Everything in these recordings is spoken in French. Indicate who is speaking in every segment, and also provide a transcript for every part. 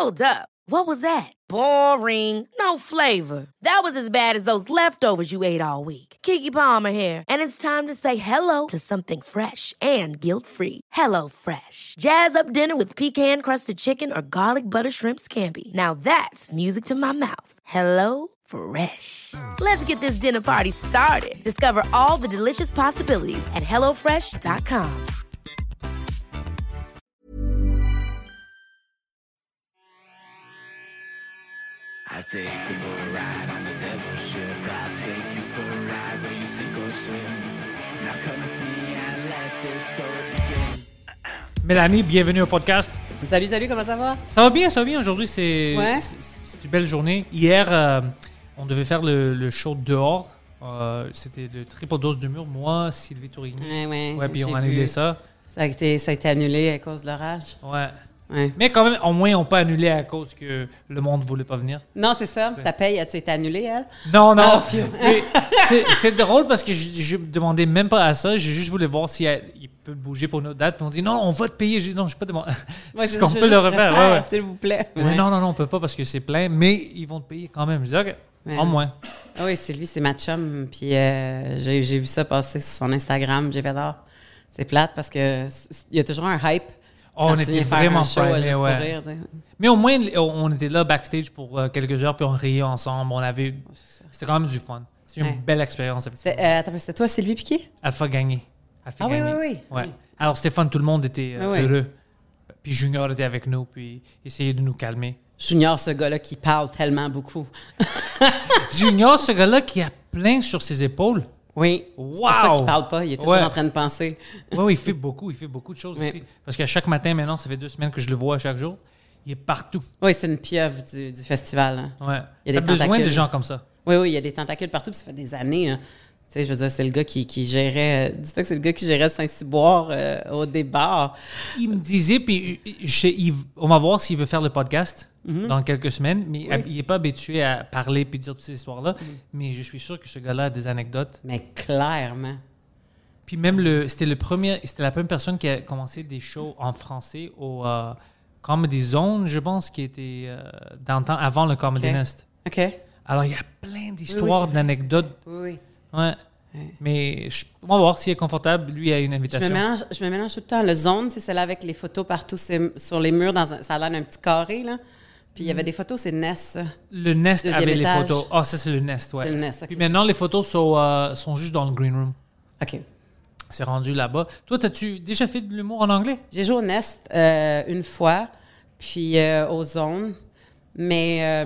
Speaker 1: Hold up. What was that? Boring. No flavor. That was as bad as those leftovers you ate all week. Keke Palmer here, and it's time to say hello to something fresh and guilt-free. Hello Fresh. Jazz up dinner with pecan-crusted chicken or garlic butter shrimp scampi. Now that's music to my mouth. Hello Fresh. Let's get this dinner party started. Discover all the delicious possibilities at hellofresh.com.
Speaker 2: I take you for a ride on the devil's ship. I take you for a ride where you sink or swim. Now come with me and let this story begin.
Speaker 3: Mélanie, bienvenue au podcast.
Speaker 4: Salut, comment ça va?
Speaker 3: Ça va bien. Aujourd'hui, c'est une belle journée. Hier, on devait faire le show dehors. C'était le triple dose de mur. Moi, Sylvie Tourigny. Ouais, puis on a annulé ça.
Speaker 4: Ça a été annulé à cause de l'orage.
Speaker 3: Ouais. Mais quand même, au moins, on peut annuler à cause que le monde ne voulait pas venir.
Speaker 4: Non, c'est ça. Ta paye, as-tu été annulée, elle?
Speaker 3: Non. C'est drôle parce que je ne demandais même pas à ça. J'ai juste voulu voir s'il peut bouger pour une autre date. Puis on dit non, on va te payer. Je dis non, je ne peux pas demander. Est-ce qu'on peut le refaire? Ouais.
Speaker 4: S'il vous plaît.
Speaker 3: Ouais. Non, on ne peut pas parce que c'est plein. Mais ils vont te payer quand même. Je dis OK, en moins.
Speaker 4: Ah oui, Sylvie, c'est ma chum. Puis j'ai vu ça passer sur son Instagram. J'ai fait c'est plate parce qu'il y a toujours un hype.
Speaker 3: On était vraiment
Speaker 4: primés,
Speaker 3: ouais. Mais au moins, on était là backstage pour quelques heures, puis on riait ensemble. C'était quand même du fun. C'était une belle expérience.
Speaker 4: C'était toi, Sylvie Piquet?
Speaker 3: Alpha gagné.
Speaker 4: Oui.
Speaker 3: Ouais. Alors, Stéphane, tout le monde était heureux. Puis Junior était avec nous, puis essayait de nous calmer.
Speaker 4: Junior, ce gars-là qui parle tellement beaucoup.
Speaker 3: Junior, ce gars-là qui a plein sur ses épaules.
Speaker 4: Oui, c'est pour ça qu'il parle pas. Il est toujours en train de penser.
Speaker 3: Oui, il fait beaucoup de choses ici. Parce qu'à chaque matin, maintenant, ça fait 2 semaines que je le vois chaque jour. Il est partout.
Speaker 4: Oui, c'est une pieuvre du festival. Hein.
Speaker 3: Ouais.
Speaker 4: Il y a
Speaker 3: besoin de gens comme ça.
Speaker 4: Oui, il y a des tentacules partout. Puis ça fait des années. Hein. Tu sais, je veux dire, c'est le gars qui gérait... dis-toi que c'est le gars qui gérait Saint-Cyboire au débar.
Speaker 3: Il me disait, puis on va voir s'il veut faire le podcast dans quelques semaines, mais il n'est pas habitué à parler puis dire toutes ces histoires-là. Mais je suis sûr que ce gars-là a des anecdotes.
Speaker 4: Mais clairement.
Speaker 3: Puis même, c'était la première personne qui a commencé des shows en français au Comedy Zone, je pense, qui était dans le temps avant le Comedy Nest.
Speaker 4: OK.
Speaker 3: Alors, il y a plein d'histoires, d'anecdotes.
Speaker 4: Oui.
Speaker 3: Ouais. Mais on va voir s'il est confortable. Lui a une invitation.
Speaker 4: Je me mélange tout le temps. Le Zone, c'est celle avec les photos partout sur les murs. Ça a l'air d'un petit carré, là. Puis il y avait des photos, c'est Nest.
Speaker 3: Le Nest
Speaker 4: Deuxième
Speaker 3: avait
Speaker 4: étage.
Speaker 3: les photos. Ah, ça, c'est le Nest, ouais.
Speaker 4: C'est le Nest, okay.
Speaker 3: Puis maintenant, les photos sont juste dans le green room.
Speaker 4: OK.
Speaker 3: C'est rendu là-bas. Toi, as-tu déjà fait de l'humour en anglais?
Speaker 4: J'ai joué au Nest une fois, puis au Zone. Mais,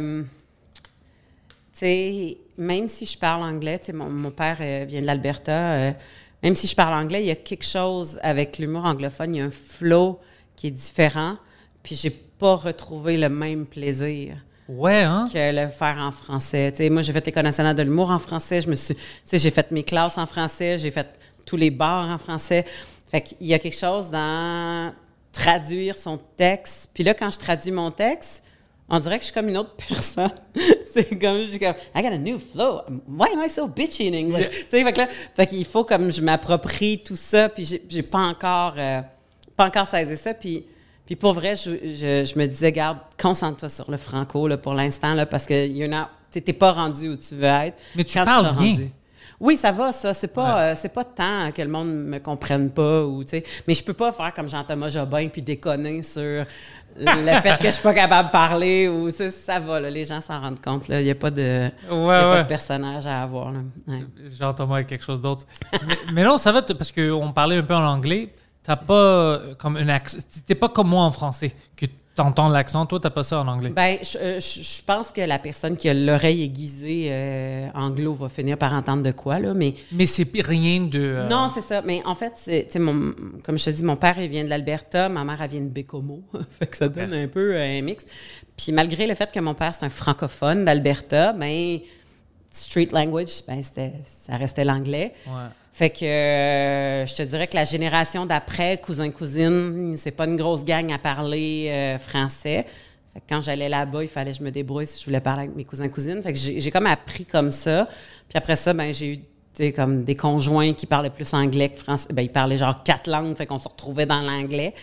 Speaker 4: tu sais, même si je parle anglais, tu sais, mon père vient de l'Alberta, même si je parle anglais, il y a quelque chose avec l'humour anglophone, il y a un flow qui est différent, puis j'ai pas retrouvé le même plaisir que le faire en français. Tu sais, moi, j'ai fait l'École nationale de l'humour en français, j'ai fait mes classes en français, j'ai fait tous les bars en français. Fait qu'il y a quelque chose dans traduire son texte. Puis là, quand je traduis mon texte, on dirait que je suis comme une autre personne. C'est comme, je suis comme, I got a new flow. Why am I so bitchy in English? Tu sais, fait qu'il faut comme je m'approprie tout ça, puis j'ai pas encore saisi ça. Puis pour vrai, je me disais, garde, concentre-toi sur le franco là, pour l'instant, là, parce que t'es pas rendu où tu veux être.
Speaker 3: Mais tu parles bien.
Speaker 4: Rendu. Oui, ça va, ça. C'est pas tant que le monde me comprenne pas. Mais je peux pas faire comme Jean-Thomas Jobin puis déconner sur le fait que je suis pas capable de parler. Ou ça va, là, les gens s'en rendent compte. Il n'y a pas de personnage à avoir. Là. Ouais.
Speaker 3: Jean-Thomas a quelque chose d'autre. mais non, ça va, parce qu'on parlait un peu en anglais. T'as pas comme un accent. T'es pas comme moi en français, que t'entends l'accent. Toi, t'as pas ça en anglais.
Speaker 4: Ben, je pense que la personne qui a l'oreille aiguisée anglo va finir par entendre de quoi, là, mais
Speaker 3: c'est rien de...
Speaker 4: Non, c'est ça. Mais en fait, comme je te dis, mon père, il vient de l'Alberta, ma mère, elle vient de Bécomo. Fait que ça donne un peu un mix. Puis malgré le fait que mon père, c'est un francophone d'Alberta, ben, street language, ben, ça restait l'anglais.
Speaker 3: Ouais.
Speaker 4: Fait que je te dirais que la génération d'après, cousin-cousine, c'est pas une grosse gang à parler français. Fait que quand j'allais là-bas, il fallait que je me débrouille si je voulais parler avec mes cousins-cousines. Fait que j'ai comme appris comme ça. Puis après ça, ben j'ai eu comme des conjoints qui parlaient plus anglais que français. Ben ils parlaient genre 4 langues, fait qu'on se retrouvait dans l'anglais.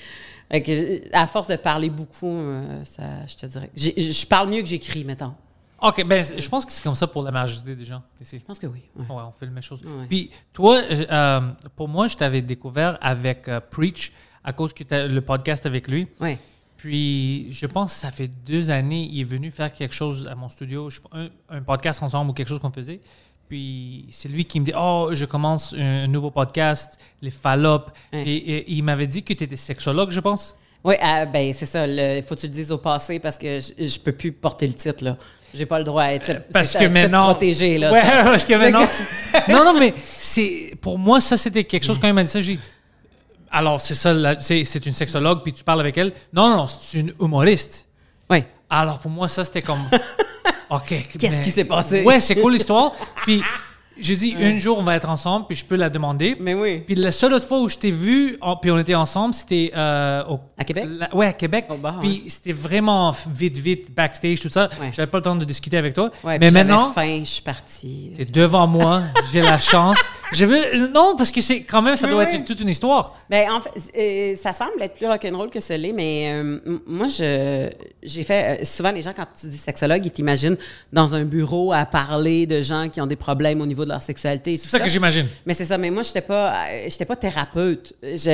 Speaker 4: À force de parler beaucoup, je te dirais. Je parle mieux que j'écris, mettons.
Speaker 3: OK, je pense que c'est comme ça pour la majorité des gens ici.
Speaker 4: Je pense que oui. Ouais,
Speaker 3: on fait la même chose.
Speaker 4: Ouais.
Speaker 3: Puis toi, pour moi, je t'avais découvert avec Preach à cause que tu as le podcast avec lui.
Speaker 4: Oui.
Speaker 3: Puis je pense que ça fait 2 années, il est venu faire quelque chose à mon studio, un podcast ensemble ou quelque chose qu'on faisait. Puis c'est lui qui me dit « Oh, je commence un nouveau podcast, les Fallops. Et il m'avait dit que tu étais sexologue, je pense.
Speaker 4: Oui, c'est ça. Il faut que tu le dises au passé parce que je peux plus porter le titre, là. J'ai pas le droit à être protégé, là.
Speaker 3: Ouais, parce que maintenant... Non, mais pour moi, ça, c'était quelque chose, quand il m'a dit ça, j'ai dit, alors, c'est ça, c'est une sexologue, puis tu parles avec elle. Non, c'est une humoriste.
Speaker 4: Oui.
Speaker 3: Alors, pour moi, ça, c'était comme... OK.
Speaker 4: Qu'est-ce qui s'est passé?
Speaker 3: Ouais, c'est cool l'histoire. Puis... J'ai dit, un jour, on va être ensemble, puis je peux la demander.
Speaker 4: Mais oui.
Speaker 3: Puis la seule autre fois où je t'ai vu, puis on était ensemble, c'était...
Speaker 4: à Québec?
Speaker 3: Oui, à Québec. Puis c'était vraiment vite, backstage, tout ça.
Speaker 4: Ouais.
Speaker 3: J'avais pas le temps de discuter avec toi.
Speaker 4: Ouais,
Speaker 3: mais maintenant...
Speaker 4: faim, je suis partie.
Speaker 3: T'es devant moi, j'ai la chance. Non, parce que c'est quand même, ça doit être toute une histoire.
Speaker 4: Ben, en fait, ça semble être plus rock'n'roll que ce l'est, mais moi, j'ai fait... souvent, les gens, quand tu dis sexologue, ils t'imaginent dans un bureau à parler de gens qui ont des problèmes au niveau de leur sexualité.
Speaker 3: C'est ça que j'imagine.
Speaker 4: Mais c'est ça. Mais moi, j'étais pas thérapeute.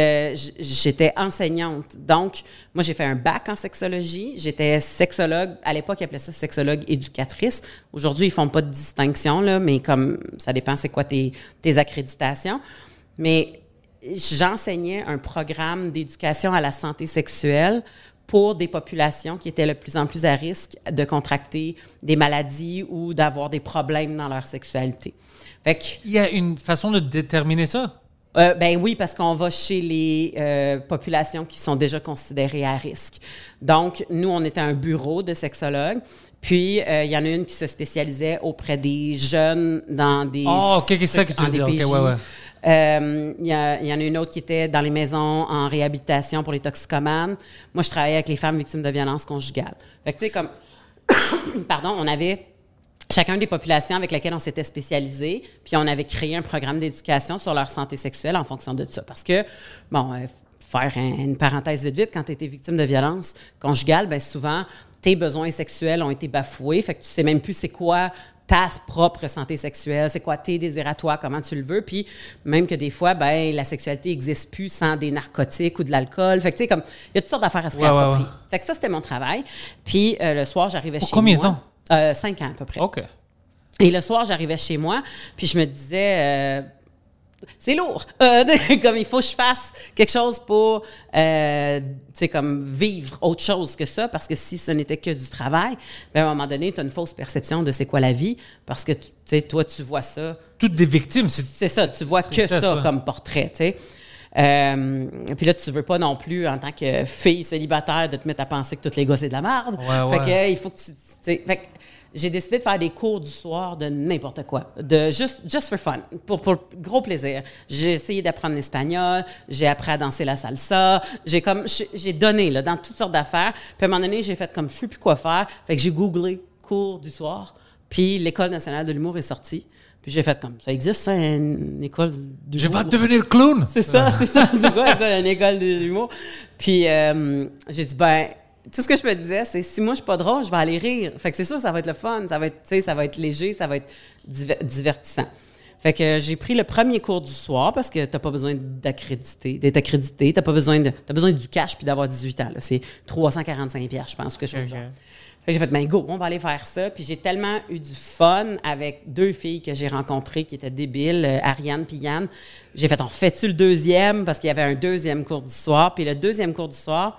Speaker 4: J'étais enseignante. Donc, moi, j'ai fait un bac en sexologie. J'étais sexologue. À l'époque, ils appelaient ça sexologue éducatrice. Aujourd'hui, ils font pas de distinction, là, mais comme ça dépend c'est quoi tes accréditations. Mais j'enseignais un programme d'éducation à la santé sexuelle pour des populations qui étaient de plus en plus à risque de contracter des maladies ou d'avoir des problèmes dans leur sexualité. Fait que,
Speaker 3: il y a une façon de déterminer ça?
Speaker 4: Ben oui, parce qu'on va chez les populations qui sont déjà considérées à risque. Donc, nous, on était un bureau de sexologues. Puis, il y en a une qui se spécialisait auprès des jeunes dans des...
Speaker 3: Oh, OK, c'est ça que tu veux dire. OK, ouais.
Speaker 4: Il y en a une autre qui était dans les maisons en réhabilitation pour les toxicomanes. Moi, je travaillais avec les femmes victimes de violences conjugales. Fait que, tu sais, comme... Pardon, on avait chacun des populations avec lesquelles on s'était spécialisé, puis on avait créé un programme d'éducation sur leur santé sexuelle en fonction de ça. Parce que, faire une parenthèse vite, quand tu étais victime de violences conjugales, bien souvent, tes besoins sexuels ont été bafoués, fait que tu sais même plus c'est quoi ta propre santé sexuelle, c'est quoi tes désirs à toi, comment tu le veux, puis même que des fois, la sexualité n'existe plus sans des narcotiques ou de l'alcool. Fait que tu sais, comme, il y a toutes sortes d'affaires à se réapproprier. Ouais. Fait que ça, c'était mon travail. Puis le soir, j'arrivais chez moi.
Speaker 3: Combien de temps?
Speaker 4: 5 ans à peu près.
Speaker 3: OK.
Speaker 4: Et le soir, j'arrivais chez moi, puis je me disais... c'est lourd. Comme il faut que je fasse quelque chose pour, comme vivre autre chose que ça, parce que si ce n'était que du travail, à un moment donné, tu as une fausse perception de c'est quoi la vie, parce que, toi, tu vois ça.
Speaker 3: Toutes des victimes,
Speaker 4: c'est ça, tu vois que ça comme portrait, tu sais. Puis là, tu veux pas non plus, en tant que fille célibataire, de te mettre à penser que toutes les gars, c'est de la merde.
Speaker 3: Ouais.
Speaker 4: Fait que, il faut que tu... Fait que, j'ai décidé de faire des cours du soir de n'importe quoi, de just for fun, pour gros plaisir. J'ai essayé d'apprendre l'espagnol, j'ai appris à danser la salsa, j'ai donné là, dans toutes sortes d'affaires. Puis à un moment donné, j'ai fait comme je sais plus quoi faire, fait que j'ai googlé cours du soir, puis l'École nationale de l'humour est sortie. Puis j'ai fait comme ça existe ça, une école d'humour.
Speaker 3: Je vais devenir clown.
Speaker 4: C'est ça, c'est quoi ça, une école de l'humour. Puis j'ai dit tout ce que je me disais, c'est si moi je suis pas drôle, je vais aller rire. Fait que c'est sûr, ça va être le fun, ça va être léger, ça va être divertissant. Fait que j'ai pris le premier cours du soir parce que t'as pas besoin d'être accrédité, t'as besoin du cash puis d'avoir 18 ans. Là. C'est 345$, je pense, que je suis genre. Fait que j'ai fait, go, on va aller faire ça. Puis j'ai tellement eu du fun avec 2 filles que j'ai rencontrées qui étaient débiles, Ariane puis Yann. J'ai fait, on refait-tu le deuxième? Parce qu'il y avait un deuxième cours du soir. Puis le deuxième cours du soir,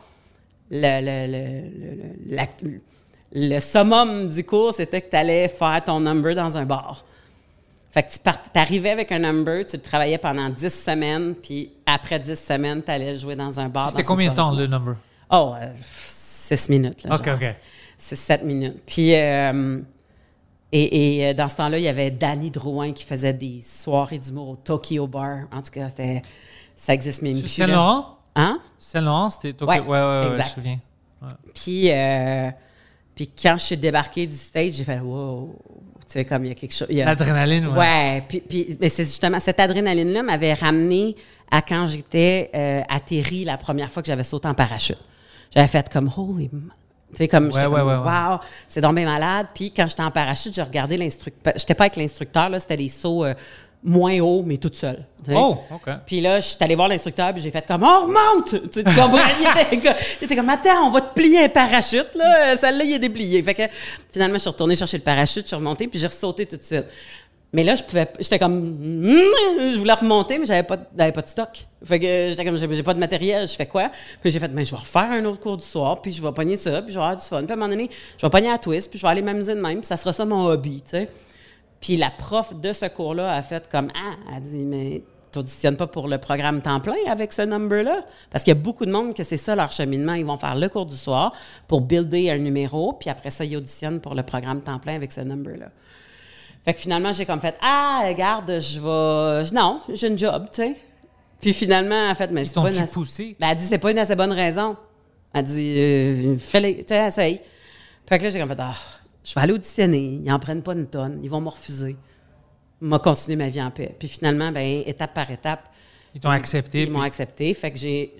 Speaker 4: le summum du cours, c'était que tu allais faire ton number dans un bar. Fait que tu arrivais avec un number, tu le travaillais pendant 10 semaines, puis après 10 semaines, tu allais jouer dans un bar.
Speaker 3: C'était combien de temps, le number?
Speaker 4: 6 minutes. Là,
Speaker 3: OK.
Speaker 4: 6-7 minutes. Puis, et dans ce temps-là, il y avait Danny Drouin qui faisait des soirées d'humour au Tokyo Bar. En tout cas, ça existe même plus.
Speaker 3: Saint-Laurent?
Speaker 4: Hein?
Speaker 3: Saint-Laurent, c'était Tokyo. Ouais,
Speaker 4: exact.
Speaker 3: je me souviens. Ouais.
Speaker 4: Puis quand je suis débarquée du stage, j'ai fait « wow ». Tu sais, comme il y a quelque chose...
Speaker 3: L'adrénaline, ouais.
Speaker 4: Ouais, puis mais c'est justement, cette adrénaline-là m'avait ramené à quand j'étais atterri la première fois que j'avais sauté en parachute. J'avais fait comme « Holy... » Tu sais, comme, j'étais comme, wow, c'est donc bien malade. Puis quand j'étais en parachute, j'ai regardé l'instructeur. J'étais pas avec l'instructeur, là, c'était des sauts moins hauts, mais toute seule.
Speaker 3: Oh, OK.
Speaker 4: Puis là, je suis allée voir l'instructeur, puis j'ai fait comme, on remonte! Tu comprends? Il était comme, attends, on va te plier un parachute, là. Celle-là, il est déplié. Fait que finalement, je suis retournée chercher le parachute, je suis remontée, puis j'ai ressauté tout de suite. Mais là, j'étais comme, je voulais remonter, mais j'avais pas de stock. Fait que j'étais comme, j'ai pas de matériel, je fais quoi? Puis j'ai fait, je vais refaire un autre cours du soir, puis je vais pogner ça, puis je vais avoir du fun. Puis à un moment donné, je vais pogner à twist, puis je vais aller m'amuser de même, puis ça sera ça mon hobby, tu sais. Puis la prof de ce cours-là a fait comme, elle dit, mais t'auditionnes pas pour le programme temps plein avec ce number-là? Parce qu'il y a beaucoup de monde que c'est ça leur cheminement. Ils vont faire le cours du soir pour builder un numéro, puis après ça, ils auditionnent pour le programme temps plein avec ce number-là. Fait que finalement, j'ai comme fait, regarde, non, j'ai une job, tu sais. Puis finalement, elle a fait, mais c'est pas une assez...
Speaker 3: poussé?
Speaker 4: Ben, elle dit, c'est pas une assez bonne raison. Elle dit, fais-les, tu sais, essaye. Fait que là, j'ai comme fait, je vais aller auditionner, ils en prennent pas une tonne, ils vont me refuser. M'a continué ma vie en paix. Puis finalement, ben, étape par étape.
Speaker 3: Ils t'ont accepté.
Speaker 4: Ils m'ont accepté. Fait que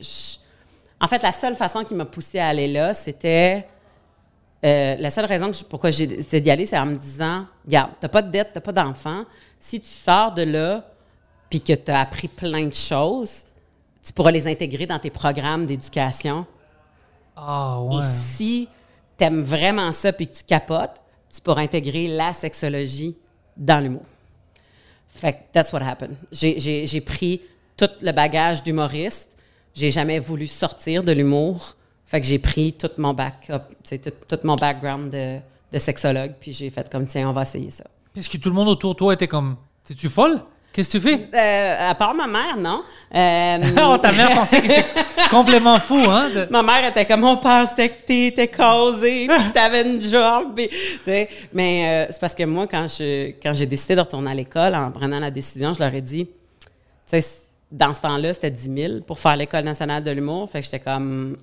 Speaker 4: en fait, la seule façon qui m'a poussée à aller là, c'était... la seule raison pourquoi j'ai décidé d'y aller, c'est en me disant, regarde, t'as pas de dette, t'as pas d'enfant. Si tu sors de là puis que t'as appris plein de choses, tu pourras les intégrer dans tes programmes d'éducation.
Speaker 3: Ah, ouais.
Speaker 4: Et si t'aimes vraiment ça puis que tu capotes, tu pourras intégrer la sexologie dans l'humour. Fait que that's what happened. J'ai pris tout le bagage d'humoriste. J'ai jamais voulu sortir de l'humour. Fait que j'ai pris tout mon backup, tout mon background de sexologue, puis j'ai fait comme, tiens, on va essayer ça.
Speaker 3: Est-ce que tout le monde autour de toi était comme, t'es-tu folle? Qu'est-ce que tu fais?
Speaker 4: À part ma mère, non.
Speaker 3: Ta mère pensait que c'était complètement fou, hein?
Speaker 4: Ma mère était comme, on pensait que t'étais casée, puis t'avais une job. Mais c'est parce que moi, quand j'ai décidé de retourner à l'école, en prenant la décision, je leur ai dit, tu sais, dans ce temps-là, c'était 10 000 pour faire l'École nationale de l'humour. Fait que j'étais comme...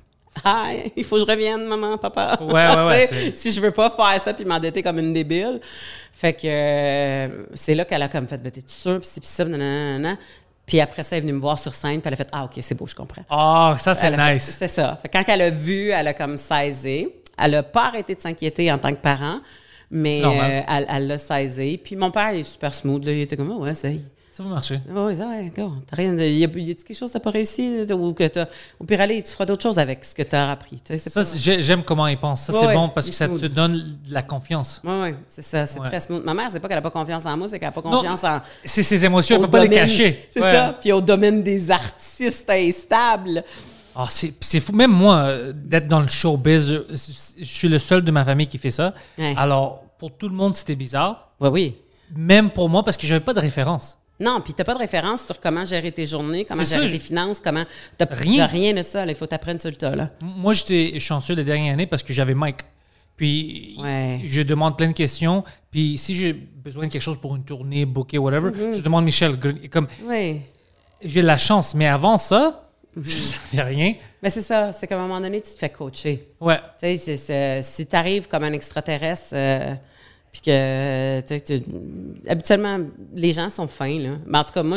Speaker 4: il faut que je revienne, maman, papa.
Speaker 3: Ouais.
Speaker 4: Si je veux pas faire ça puis m'endetter comme une débile. Fait que c'est là qu'elle a comme fait, t'es-tu sûre? Puis ça, nanana. Puis après ça, elle est venue me voir sur scène, puis elle a fait, OK, c'est beau, je comprends.
Speaker 3: Ah, ça, c'est nice.
Speaker 4: C'est ça. Fait que quand elle a vu, elle a comme saisi. Elle a pas arrêté de s'inquiéter en tant que parent, mais elle l'a saisi. Puis mon père, il est super smooth, là. Il était comme, ouais, ça y est.
Speaker 3: Ça va marcher.
Speaker 4: Oui, ça va, go. T'as rien. Y a-tu quelque chose que t'as pas réussi? Ou que t'as. Au pire, allez, tu feras d'autres choses avec ce que t'as appris.
Speaker 3: J'aime comment il pense. Ça, c'est bon parce que ça te donne de la confiance.
Speaker 4: Oui, c'est ça. C'est très smooth. Ma mère, c'est pas qu'elle a pas confiance en moi, c'est qu'elle a pas confiance en.
Speaker 3: C'est ses émotions, elle peut pas les cacher.
Speaker 4: C'est ça. Puis au domaine des artistes instables.
Speaker 3: Ah, c'est fou. Même moi, d'être dans le showbiz, je suis le seul de ma famille qui fait ça. Ouais. Alors, pour tout le monde, c'était bizarre.
Speaker 4: Oui.
Speaker 3: Même pour moi, parce que j'avais pas de référence.
Speaker 4: Non, puis t'as pas de référence sur comment gérer tes journées, comment gérer tes finances, comment... T'as rien de ça, il faut t'apprendre sur le tas, là.
Speaker 3: Moi, j'étais chanceux les dernières années parce que j'avais Mike. Puis, je demande plein de questions. Puis, si j'ai besoin de quelque chose pour une tournée, booker, whatever, je demande Michel. Comme, j'ai la chance. Mais avant ça, je savais rien.
Speaker 4: Mais c'est ça. C'est qu'à un moment donné, tu te fais coacher.
Speaker 3: Ouais.
Speaker 4: Tu sais, si t'arrives comme un extraterrestre... Puis que, tu sais, habituellement, les gens sont fins, là. Mais en tout cas, moi,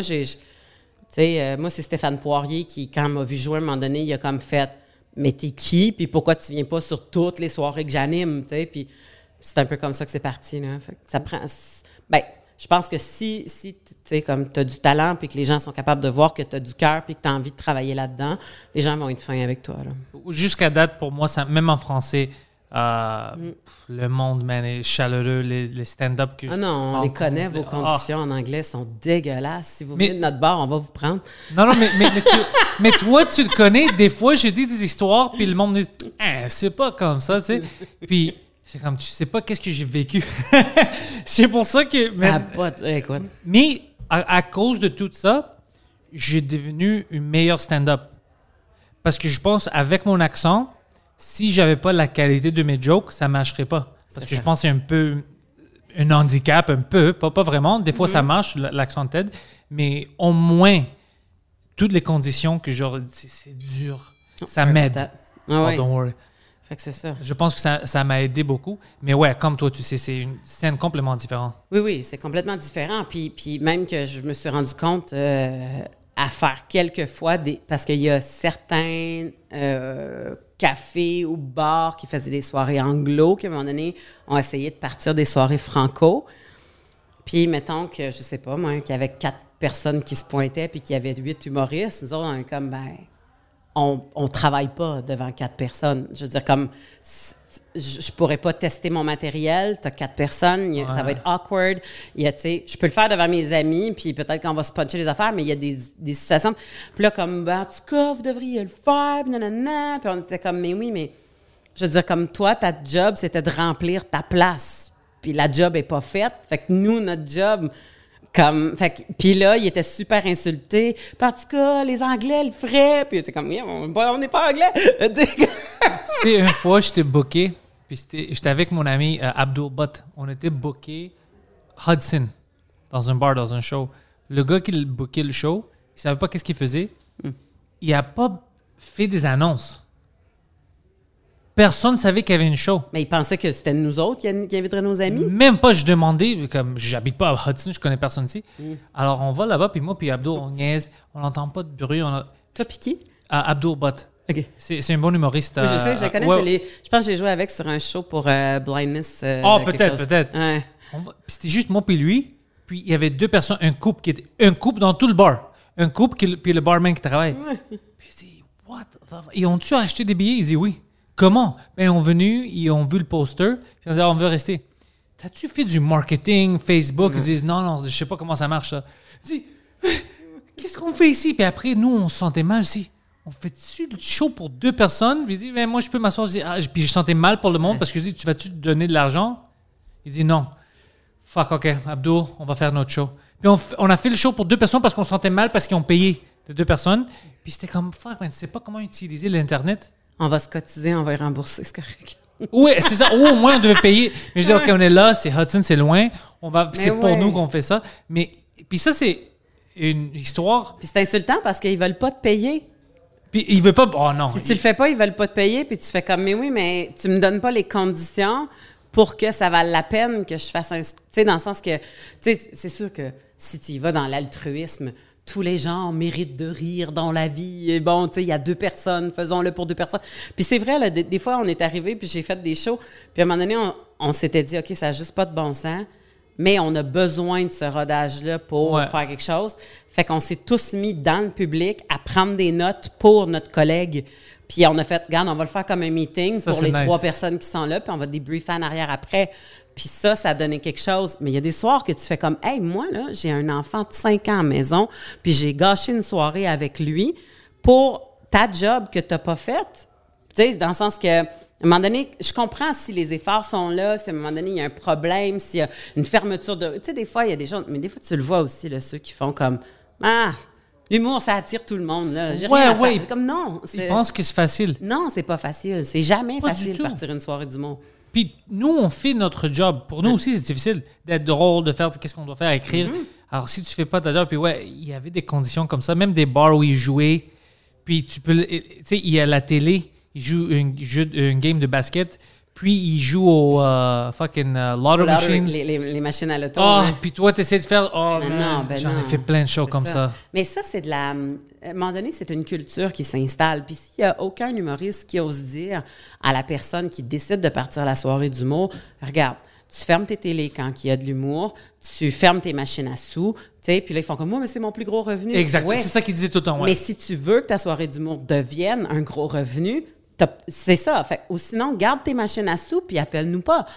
Speaker 4: moi, c'est Stéphane Poirier qui, quand il m'a vu jouer à un moment donné, il a comme fait « Mais t'es qui? Puis pourquoi tu viens pas sur toutes les soirées que j'anime? » Tu sais, puis c'est un peu comme ça que c'est parti, là. Fait que ça prend... Ben, je pense que si tu sais, comme t'as du talent puis que les gens sont capables de voir que t'as du cœur puis que t'as envie de travailler là-dedans, les gens vont être fins avec toi, là.
Speaker 3: Jusqu'à date, pour moi, ça, même en français... le monde, man, est chaleureux, les stand-up que
Speaker 4: non, on les connaît, vos conditions en anglais sont dégueulasses. Si vous venez de notre bar, on va vous prendre.
Speaker 3: Non, mais toi, tu le connais. Des fois, je dis des histoires, puis le monde me dit « c'est pas comme ça, tu sais. » Puis, c'est comme, tu sais pas qu'est-ce que j'ai vécu. C'est pour ça que...
Speaker 4: écoute.
Speaker 3: Mais, à cause de tout ça, j'ai devenu une meilleure stand-up. Parce que je pense, avec mon accent, si j'avais pas la qualité de mes jokes, ça marcherait pas. Parce que je pense que c'est un peu un handicap, un peu, pas vraiment. Des fois, ça marche, l'accent t'aide. Mais au moins, toutes les conditions que genre, c'est dur. Ça m'aide.
Speaker 4: Don't
Speaker 3: worry.
Speaker 4: Fait que c'est ça.
Speaker 3: Je pense que ça m'a aidé beaucoup. Mais ouais, comme toi, tu sais, c'est une scène complètement différente.
Speaker 4: Oui, c'est complètement différent. Puis même que je me suis rendu compte à faire quelques fois, parce qu'il y a certains cafés ou bars qui faisaient des soirées anglo, qui à un moment donné ont essayé de partir des soirées franco. Puis mettons que, je sais pas moi, qu'il y avait 4 personnes qui se pointaient puis qu'il y avait 8 humoristes, nous autres, on est comme, on travaille pas devant 4 personnes. Je veux dire, comme, je pourrais pas tester mon matériel, t'as 4 personnes, ça va être awkward. Tu sais, je peux le faire devant mes amis, puis peut-être qu'on va se puncher les affaires, mais il y a des situations. Puis là, comme, en tout cas, vous devriez le faire, puis nanana. Puis on était comme, mais oui, mais je veux dire, comme toi, ta job, c'était de remplir ta place. Puis la job est pas faite. Fait que nous, notre job... Puis là, il était super insulté. Puis en tout cas, les Anglais le feraient. Puis c'est comme, on n'est pas Anglais.
Speaker 3: Tu sais, une fois, j'étais booké. Puis j'étais avec mon ami Abdul Butt. On était booké Hudson, dans un bar, dans un show. Le gars qui bookait le show, il savait pas qu'est-ce qu'il faisait. Il a pas fait des annonces. Personne ne savait qu'il y avait une show.
Speaker 4: Mais il pensait que c'était nous autres qui inviteraient nos amis.
Speaker 3: Même pas, je demandais, comme j'habite pas à Hudson, je connais personne ici. Alors on va là-bas, puis moi, puis Abdul, on niaise, on n'entend pas de bruit.
Speaker 4: Toi, puis qui?
Speaker 3: Abdul Butt.
Speaker 4: OK.
Speaker 3: C'est un bon humoriste.
Speaker 4: Oui, je sais, je le connais.
Speaker 3: Ouais.
Speaker 4: Je pense que j'ai joué avec sur un show pour Blindness.
Speaker 3: Peut-être.
Speaker 4: Ouais.
Speaker 3: C'était juste moi puis lui. Puis il y avait 2 personnes, un couple dans tout le bar. Un couple, puis le barman qui travaille. Puis il dit, what the fuck? Ils ont-tu acheté des billets? Il dit oui. Comment? Ben, ils sont venus, ils ont vu le poster, puis ils ont dit, on veut rester. T'as-tu fait du marketing, Facebook? Ils disent, non, je sais pas comment ça marche, ça. Il dit, qu'est-ce qu'on fait ici? Puis après, nous, on se sentait mal ici. On fait-tu le show pour 2 personnes? Puis il dit, ben, moi, je peux m'asseoir. Puis je sentais mal pour le monde parce que je dis, tu vas-tu te donner de l'argent? Il dit, non. Fuck, OK, Abdul, on va faire notre show. Puis on a fait le show pour 2 personnes parce qu'on se sentait mal parce qu'ils ont payé les 2 personnes. Puis c'était comme, fuck, man, tu sais pas comment utiliser l'Internet?
Speaker 4: On va se cotiser, on va y rembourser, c'est correct.
Speaker 3: Oui, c'est ça. Au moins, on devait payer. Mais je dis, OK, on est là, c'est Hudson, c'est loin. C'est pour nous qu'on fait ça. Mais, puis ça, c'est une histoire.
Speaker 4: Puis c'est insultant parce qu'ils veulent pas te payer.
Speaker 3: Puis ils veulent pas. Oh non.
Speaker 4: Si tu le fais pas, ils veulent pas te payer. Puis tu fais comme, mais oui, mais tu me donnes pas les conditions pour que ça vale la peine que je fasse un. Tu sais, dans le sens que. Tu sais, c'est sûr que si tu y vas dans l'altruisme, tous les gens méritent de rire dans la vie. Et bon, tu sais, il y a 2 personnes, faisons-le pour 2 personnes. Puis c'est vrai, là, des fois, on est arrivé, puis j'ai fait des shows. Puis à un moment donné, on s'était dit, OK, ça n'a juste pas de bon sens, mais on a besoin de ce rodage-là pour faire quelque chose. Fait qu'on s'est tous mis dans le public à prendre des notes pour notre collègue. Puis on a fait, regarde, on va le faire comme un meeting pour les 3 personnes qui sont là, puis on va débriefer en arrière après. Puis ça a donné quelque chose. Mais il y a des soirs que tu fais comme, hey, moi, là, j'ai un enfant de 5 ans à la maison, puis j'ai gâché une soirée avec lui pour ta job que tu n'as pas faite. Tu sais, dans le sens que, à un moment donné, je comprends si les efforts sont là, si à un moment donné, il y a un problème, s'il y a une fermeture de. Tu sais, des fois, il y a des gens, mais des fois, tu le vois aussi, là, ceux qui font comme, l'humour, ça attire tout le monde, là. J'ai rien à faire. Comme non.
Speaker 3: Ils pensent que c'est facile.
Speaker 4: Non, c'est pas facile. C'est jamais
Speaker 3: pas
Speaker 4: facile de partir une soirée d'humour.
Speaker 3: Puis nous, on fait notre job. Pour nous aussi, c'est difficile d'être drôle, de faire qu'est-ce qu'on doit faire, écrire. Alors, si tu fais pas ta job, puis il y avait des conditions comme ça, même des bars où ils jouaient, puis tu peux, tu sais, il y a la télé, ils jouent une game de basket, puis ils jouent au lotto machines.
Speaker 4: Les machines à l'auto.
Speaker 3: Puis toi, tu essaies de faire, j'en ai fait plein de shows comme ça.
Speaker 4: Mais ça, c'est de la... À un moment donné, c'est une culture qui s'installe. Puis s'il n'y a aucun humoriste qui ose dire à la personne qui décide de partir à la soirée d'humour, regarde, tu fermes tes télés quand il y a de l'humour, tu fermes tes machines à sous, tu sais, puis là, ils font comme moi, mais c'est mon plus gros revenu.
Speaker 3: Exactement, c'est ça qu'ils disaient tout le temps.
Speaker 4: Mais si tu veux que ta soirée d'humour devienne un gros revenu, c'est ça. Fait, ou sinon, garde tes machines à sous puis appelle-nous pas.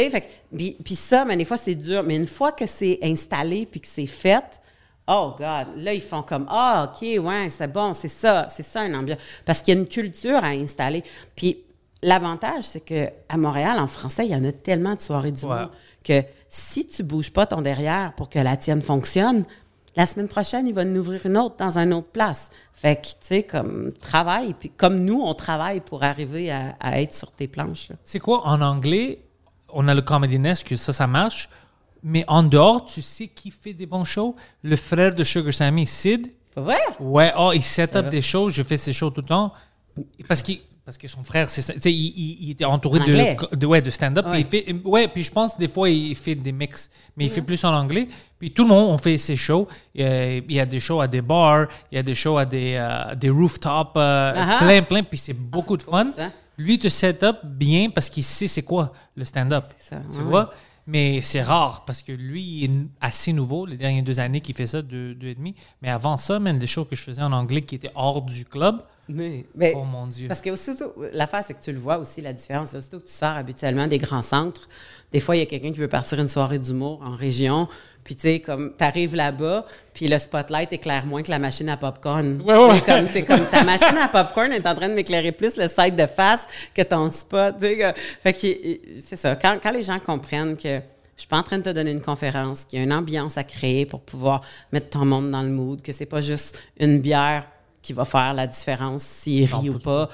Speaker 4: Puis ça, mais des fois, c'est dur. Mais une fois que c'est installé puis que c'est fait, oh God, là, ils font comme, OK, ouais, c'est bon, c'est ça une ambiance. Parce qu'il y a une culture à installer. Puis l'avantage, c'est qu'à Montréal, en français, il y en a tellement de soirées d'humour que si tu bouges pas ton derrière pour que la tienne fonctionne, la semaine prochaine, il va nous ouvrir une autre dans une autre place. Fait que, tu sais, comme travail, puis comme nous, on travaille pour arriver à être sur tes planches.
Speaker 3: C'est quoi, en anglais, on a le Comedy Nest, que ça marche, mais en dehors, tu sais qui fait des bons shows? Le frère de Sugar Sammy, Sid.
Speaker 4: Pas vrai?
Speaker 3: Ouais, il set up des shows, je fais ses shows tout le temps. Parce que parce que son frère, il était entouré
Speaker 4: Anglais.
Speaker 3: de stand-up.
Speaker 4: Ouais.
Speaker 3: Puis je pense des fois, il fait des mix, mais il fait plus en anglais. Puis tout le monde, on fait ses shows. Il y a des shows à des bars, il y a des shows à des rooftops, plein. Puis c'est beaucoup de fun.
Speaker 4: cool, ça.
Speaker 3: Lui, te set up bien parce qu'il sait c'est quoi le stand-up.
Speaker 4: C'est ça,
Speaker 3: Tu
Speaker 4: ouais.
Speaker 3: vois? Mais c'est rare parce que lui, il est assez nouveau, les dernières 2 années qu'il fait ça, 2 et demi. Mais avant ça, même les shows que je faisais en anglais qui étaient hors du club,
Speaker 4: Mais,
Speaker 3: oh mon Dieu.
Speaker 4: Parce que aussitôt, l'affaire, c'est que tu le vois aussi, la différence. Là, aussitôt que tu sors habituellement des grands centres, des fois, il y a quelqu'un qui veut partir une soirée d'humour en région, puis tu sais, comme, t'arrives là-bas, puis le spotlight éclaire moins que la machine à popcorn.
Speaker 3: Ouais.
Speaker 4: T'es comme, ta machine à popcorn est en train de m'éclairer plus le side de face que ton spot. Tu sais, fait que c'est ça. Quand les gens comprennent que je suis pas en train de te donner une conférence, qu'il y a une ambiance à créer pour pouvoir mettre ton monde dans le mood, que c'est pas juste une bière qui va faire la différence s'il rit ou pas.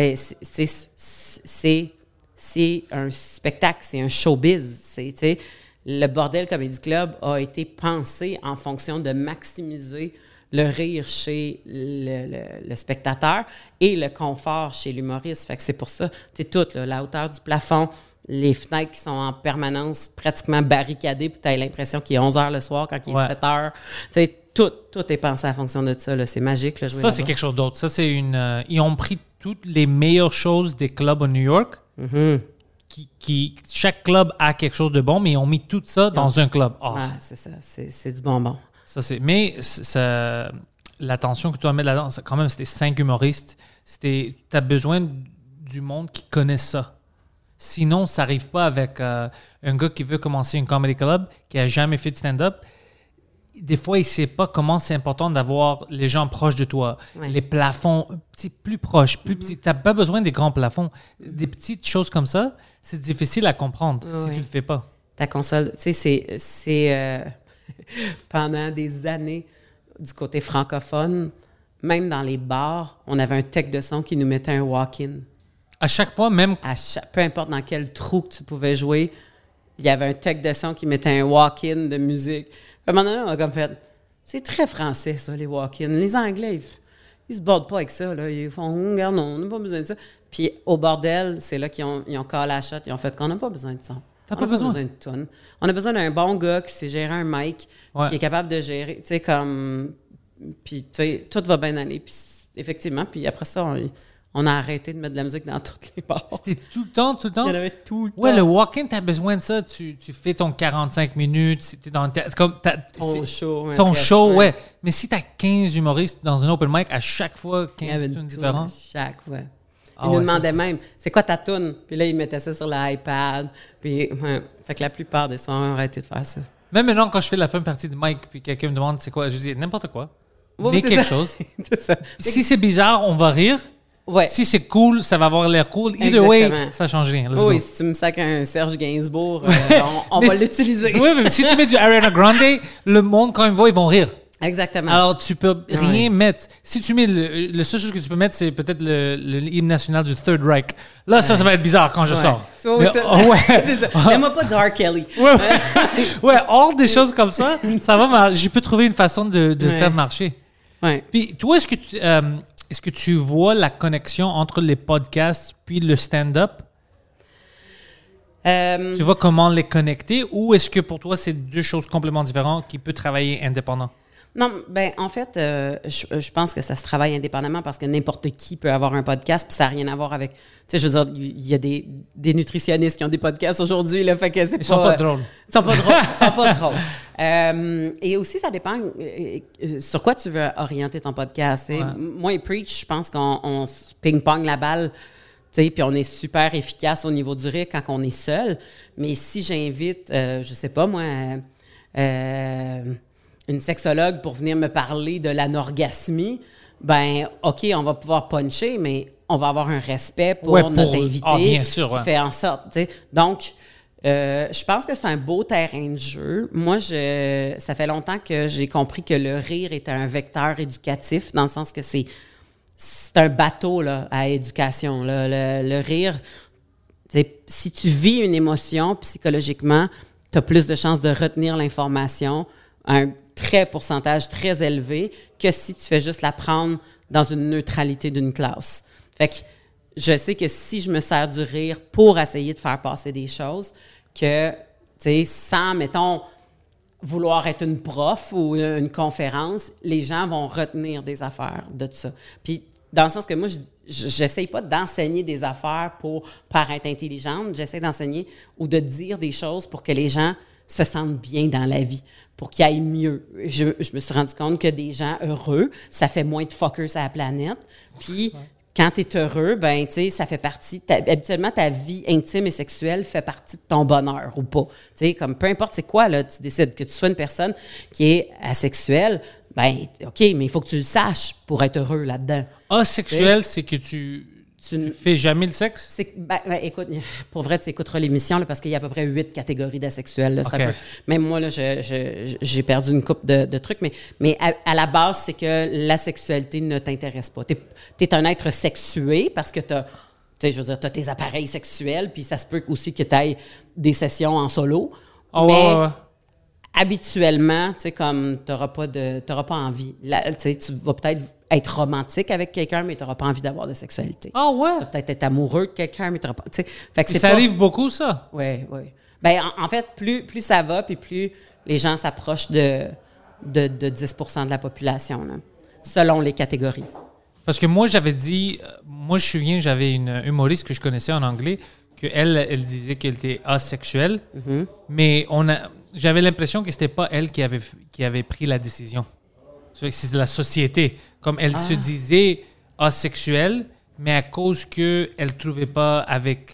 Speaker 4: C'est un spectacle, c'est un showbiz. Tu sais, le Bordel Comedy Club a été pensé en fonction de maximiser le rire chez le spectateur et le confort chez l'humoriste. Fait que c'est pour ça, tu sais, tout, là, la hauteur du plafond, les fenêtres qui sont en permanence pratiquement barricadées pour que tu aies l'impression qu'il est 11 h le soir quand il est 7 h. Tu sais, tout est pensé en fonction de ça. Là. C'est magique. Là, jouer
Speaker 3: Ça, c'est
Speaker 4: là-bas.
Speaker 3: quelque chose d'autre. Ça, c'est ils ont pris toutes les meilleures choses des clubs à New York. Chaque club a quelque chose de bon, mais ils ont mis tout ça dans un club. Oh,
Speaker 4: Ah, c'est ça. C'est du bonbon.
Speaker 3: L'attention que tu dois mettre là-dedans, quand même, c'était 5 humoristes. Tu as besoin du monde qui connaît ça. Sinon, ça n'arrive pas avec un gars qui veut commencer une comedy club, qui n'a jamais fait de stand-up. Des fois, il ne sait pas comment c'est important d'avoir les gens proches de toi.
Speaker 4: Ouais.
Speaker 3: Les plafonds plus proches, plus petits. Tu n'as pas besoin des grands plafonds. Des petites choses comme ça, c'est difficile à comprendre si tu ne le fais pas.
Speaker 4: Ta console, tu sais, c'est pendant des années du côté francophone, même dans les bars, on avait un tech de son qui nous mettait un walk-in.
Speaker 3: À chaque fois, même
Speaker 4: Peu importe dans quel trou que tu pouvais jouer, il y avait un tech de son qui mettait un walk-in de musique. À un moment donné, on a comme fait, c'est très français, ça, les walk-in. Les Anglais, ils se bordent pas avec ça. Là. Ils font, regarde, on n'a pas besoin de ça. Puis au bordel, c'est là qu'ils ont callé la shot. Ils ont fait qu'on n'a pas besoin de ça.
Speaker 3: T'as
Speaker 4: On
Speaker 3: pas
Speaker 4: n'a
Speaker 3: besoin
Speaker 4: de tonne. On a besoin d'un bon gars qui sait gérer un mic,
Speaker 3: Ouais.
Speaker 4: qui est capable de gérer, tu sais, comme... Puis, tu sais, tout va bien aller. Puis, effectivement, puis après ça, on a arrêté de mettre de la musique dans toutes les bars.
Speaker 3: c'était tout le temps.
Speaker 4: Il y en avait tout le temps.
Speaker 3: Ouais, le walk-in, tu as besoin de ça. Tu fais ton 45 minutes. C'était dans c'est comme
Speaker 4: Ton show.
Speaker 3: ton
Speaker 4: presque,
Speaker 3: show, ouais. Mais si tu as 15 humoristes dans un open mic, à chaque fois,
Speaker 4: Il y avait
Speaker 3: 15
Speaker 4: une
Speaker 3: tunes
Speaker 4: toune
Speaker 3: différentes.
Speaker 4: chaque fois.
Speaker 3: Ah
Speaker 4: Ils nous
Speaker 3: ouais,
Speaker 4: demandaient
Speaker 3: ça,
Speaker 4: même, c'est quoi ta toune? Puis là, ils mettaient ça sur l'iPad. Puis, ouais. Fait que la plupart des soirs, on a arrêté de faire ça.
Speaker 3: Même maintenant, quand je fais la première partie de mic, puis quelqu'un me demande c'est quoi, je dis n'importe quoi.
Speaker 4: Ouais,
Speaker 3: mais
Speaker 4: c'est
Speaker 3: quelque
Speaker 4: ça.
Speaker 3: chose.
Speaker 4: C'est ça.
Speaker 3: Si c'est bizarre, on va rire.
Speaker 4: Ouais.
Speaker 3: Si c'est cool, ça va avoir l'air cool. Either way,
Speaker 4: Exactement.
Speaker 3: ça change rien. Let's
Speaker 4: Oui,
Speaker 3: go.
Speaker 4: si tu me sacs un Serge Gainsbourg, on
Speaker 3: Mais
Speaker 4: va l'utiliser.
Speaker 3: Oui, mais si tu mets du Ariana Grande, le monde, quand ils vont, ils vont rire.
Speaker 4: Exactement.
Speaker 3: Alors, tu peux rien
Speaker 4: Ouais.
Speaker 3: mettre. Si tu mets le seule chose que tu peux mettre, c'est peut-être le hymne national du Third Reich. Là, ça va être bizarre quand je
Speaker 4: Ouais.
Speaker 3: sors.
Speaker 4: Oui,
Speaker 3: Mais,
Speaker 4: ça-
Speaker 3: oh, ouais.
Speaker 4: c'est ça. Mais moi, pas du R. Kelly.
Speaker 3: Ouais, hors des choses comme ça, ça va marcher. Je peux trouver une façon de
Speaker 4: Ouais.
Speaker 3: faire marcher.
Speaker 4: Ouais.
Speaker 3: Puis, toi, est-ce que tu vois la connexion entre les podcasts puis le stand-up? Tu vois comment les connecter ou est-ce que pour toi, c'est deux choses complètement différentes qui peuvent travailler indépendamment?
Speaker 4: Non, ben en fait, je pense que ça se travaille indépendamment parce que n'importe qui peut avoir un podcast, puis ça n'a rien à voir avec... Tu sais, je veux dire, il y a des nutritionnistes qui ont des podcasts aujourd'hui, là, fait que c'est pas...
Speaker 3: Ils sont pas drôles.
Speaker 4: Ils sont pas drôles. Ils sont pas drôles. Et aussi, ça dépend sur quoi tu veux orienter ton podcast. Tu sais.
Speaker 3: Ouais.
Speaker 4: Moi et Preach, je pense qu'on se ping-pong la balle, tu sais, puis on est super efficace au niveau du rire quand on est seul. Mais si j'invite, je sais pas moi... une sexologue pour venir me parler de l'anorgasmie, ben OK, on va pouvoir puncher, mais on va avoir un respect pour
Speaker 3: Ouais,
Speaker 4: notre invité
Speaker 3: bien sûr,
Speaker 4: qui
Speaker 3: ouais.
Speaker 4: fait en sorte, tu sais. Donc, je pense que c'est un beau terrain de jeu. Moi, ça fait longtemps que j'ai compris que le rire était un vecteur éducatif, dans le sens que c'est un bateau là, à éducation. Là. Le rire, tu sais, si tu vis une émotion psychologiquement, tu as plus de chances de retenir l'information, un pourcentage très élevé, que si tu fais juste la prendre dans une neutralité d'une classe. Fait que je sais que si je me sers du rire pour essayer de faire passer des choses, que, tu sais, sans, mettons, vouloir être une prof ou une conférence, les gens vont retenir des affaires de ça. Puis, dans le sens que moi, j'essaye pas d'enseigner des affaires pour paraître intelligente, j'essaie d'enseigner ou de dire des choses pour que les gens se sentent bien dans la vie, pour qu'ils aillent mieux. Je me suis rendu compte que des gens heureux, ça fait moins de fuckers à la planète. Puis, quand tu es heureux, ben tu sais, ça fait partie... habituellement, ta vie intime et sexuelle fait partie de ton bonheur ou pas. Tu sais, comme peu importe c'est quoi, là, tu décides que tu sois une personne qui est asexuelle, ben OK, mais il faut que tu le saches pour être heureux là-dedans.
Speaker 3: Asexuel, c'est que tu fais jamais le sexe?
Speaker 4: Ben, écoute, pour vrai, tu écouteras l'émission là, parce qu'il y a à peu près 8 catégories d'asexuels. Là,
Speaker 3: Okay.
Speaker 4: Même moi, là, j'ai perdu une couple de trucs, mais à la base, c'est que la sexualité ne t'intéresse pas. Tu es un être sexué parce que tu as tes appareils sexuels, puis ça se peut aussi que tu aies des sessions en solo.
Speaker 3: Oh,
Speaker 4: mais
Speaker 3: ouais.
Speaker 4: habituellement, tu sais, comme t'auras pas envie. Là, tu vas peut-être être romantique avec quelqu'un, mais tu n'auras pas envie d'avoir de sexualité.
Speaker 3: Ah ouais?
Speaker 4: Tu vas peut-être être amoureux de quelqu'un, mais tu n'auras pas... tu sais, fait que c'est
Speaker 3: Ça
Speaker 4: pas...
Speaker 3: arrive beaucoup, ça?
Speaker 4: Oui, oui. Ben, en fait, plus ça va, puis plus les gens s'approchent de 10 % de la population, là, selon les catégories.
Speaker 3: Parce que moi, j'avais dit... Moi, je me souviens, j'avais une humoriste que je connaissais en anglais, elle disait qu'elle était asexuelle, mais j'avais l'impression que c'était pas elle qui avait pris la décision. C'est la société. Comme elle se disait asexuelle, mais à cause qu'elle ne trouvait pas avec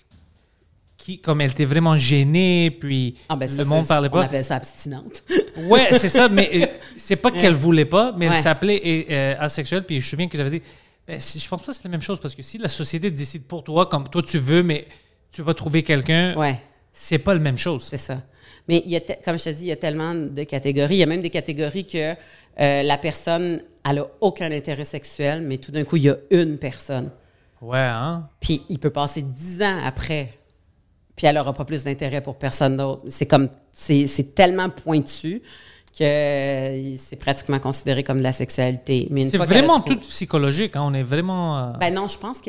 Speaker 3: qui, comme elle était vraiment gênée, puis le monde parlait pas.
Speaker 4: On appelle ça abstinente.
Speaker 3: Ouais, c'est ça, mais c'est pas qu'elle voulait pas, mais elle
Speaker 4: Ouais.
Speaker 3: s'appelait asexuelle, puis je me souviens que j'avais dit, je pense pas que c'est la même chose, parce que si la société décide pour toi, comme toi tu veux, mais tu vas trouver quelqu'un,
Speaker 4: Ouais.
Speaker 3: c'est pas la même chose.
Speaker 4: C'est ça. Mais comme je te dis, il y a tellement de catégories. Il y a même des catégories que la personne, elle n'a aucun intérêt sexuel, mais tout d'un coup, il y a une personne.
Speaker 3: Ouais, hein?
Speaker 4: Puis il peut passer 10 ans après, puis elle n'aura pas plus d'intérêt pour personne d'autre. C'est tellement pointu que c'est pratiquement considéré comme de la sexualité. Mais une
Speaker 3: C'est
Speaker 4: fois qu'elle a
Speaker 3: vraiment
Speaker 4: trouvé-
Speaker 3: tout psychologique, hein? On est vraiment...
Speaker 4: Ben non, je pense que...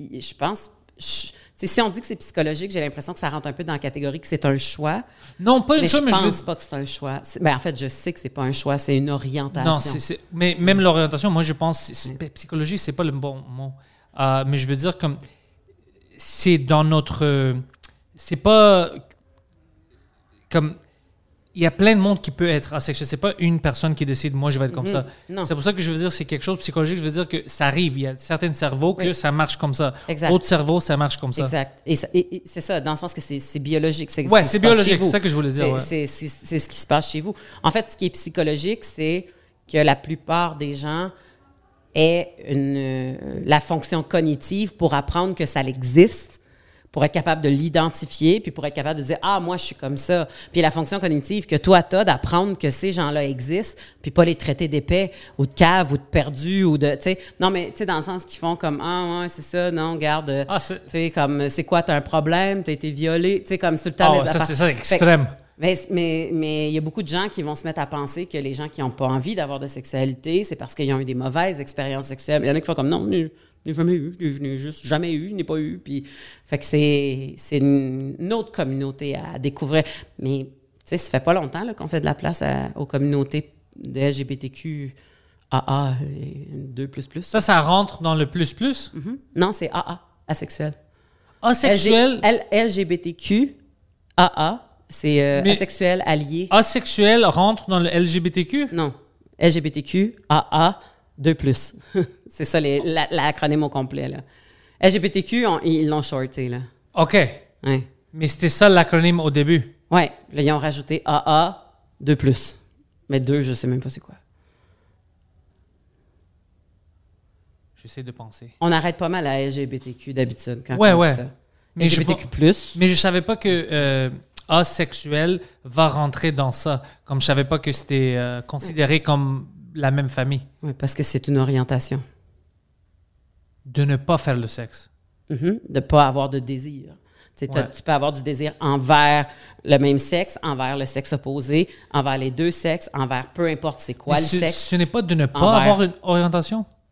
Speaker 4: Si on dit que c'est psychologique, j'ai l'impression que ça rentre un peu dans la catégorie que c'est un choix.
Speaker 3: Non, pas une
Speaker 4: Mais
Speaker 3: chose,
Speaker 4: je
Speaker 3: mais je
Speaker 4: pense
Speaker 3: veux...
Speaker 4: pas que c'est un choix. En fait, je sais que c'est pas un choix, c'est une orientation.
Speaker 3: Non, mais même l'orientation, moi, je pense... Psychologie, c'est pas le bon mot. Mais je veux dire, comme... C'est dans notre... c'est pas... Comme... Il y a plein de monde qui peut être asexuel. C'est pas une personne qui décide, moi, je vais être comme ça.
Speaker 4: Non.
Speaker 3: C'est pour ça que je veux dire, c'est quelque chose de psychologique. Je veux dire que ça arrive. Il y a certains cerveaux que ça marche comme ça.
Speaker 4: Exact.
Speaker 3: D'autres cerveaux, ça marche comme ça.
Speaker 4: Exact. Et c'est ça, dans le sens que c'est biologique.
Speaker 3: Ouais, c'est biologique. C'est ça que je voulais dire.
Speaker 4: C'est ce qui se passe chez vous. En fait, ce qui est psychologique, c'est que la plupart des gens aient la fonction cognitive pour apprendre que ça existe, pour être capable de l'identifier, puis pour être capable de dire « Ah, moi, je suis comme ça ». Puis la fonction cognitive que toi, tu as d'apprendre que ces gens-là existent, puis pas les traiter d'épais ou de caves ou de perdus ou de... tu sais, non, mais tu sais, dans le sens qu'ils font comme « Ah, ouais, c'est ça, non, regarde, tu sais, comme, c'est quoi, t'as un problème, t'as été violé », tu sais, comme sur le temps des affaires.
Speaker 3: C'est ça, extrême.
Speaker 4: Mais il y a beaucoup de gens qui vont se mettre à penser que les gens qui n'ont pas envie d'avoir de sexualité, c'est parce qu'ils ont eu des mauvaises expériences sexuelles. Il y en a qui font comme « Non, je n'ai jamais eu, je n'ai juste jamais eu, je n'ai pas eu ». Puis, fait que c'est une autre communauté à découvrir. Mais, tu sais, ça fait pas longtemps là, qu'on fait de la place aux communautés de LGBTQ AA 2++.
Speaker 3: Ça rentre dans le plus-plus?
Speaker 4: Non, c'est AA, asexuel.
Speaker 3: Asexuel?
Speaker 4: LGBTQ AA, c'est asexuel, allié.
Speaker 3: Asexuel rentre dans le LGBTQ?
Speaker 4: Non. LGBTQ AA 2+. C'est ça l'acronyme au complet, là. LGBTQ, ils l'ont shorté, là.
Speaker 3: OK.
Speaker 4: Ouais.
Speaker 3: Mais c'était ça l'acronyme au début?
Speaker 4: Ouais. Là, ils ont rajouté AA 2+. Mais 2, je sais même pas c'est quoi.
Speaker 3: J'essaie de penser.
Speaker 4: On arrête pas mal à LGBTQ d'habitude quand
Speaker 3: Ouais,
Speaker 4: on dit
Speaker 3: ouais.
Speaker 4: ça.
Speaker 3: Mais
Speaker 4: LGBTQ+.
Speaker 3: Mais je savais pas que asexuel va rentrer dans ça. Comme je savais pas que c'était considéré comme la même famille.
Speaker 4: Oui, parce que c'est une orientation.
Speaker 3: De ne pas faire le sexe.
Speaker 4: De ne pas avoir de désir. Tu sais, tu peux avoir du désir envers le même sexe, envers le sexe opposé, envers les deux sexes, envers peu importe c'est quoi
Speaker 3: Mais
Speaker 4: le sexe.
Speaker 3: Ce n'est pas de ne pas avoir une orientation?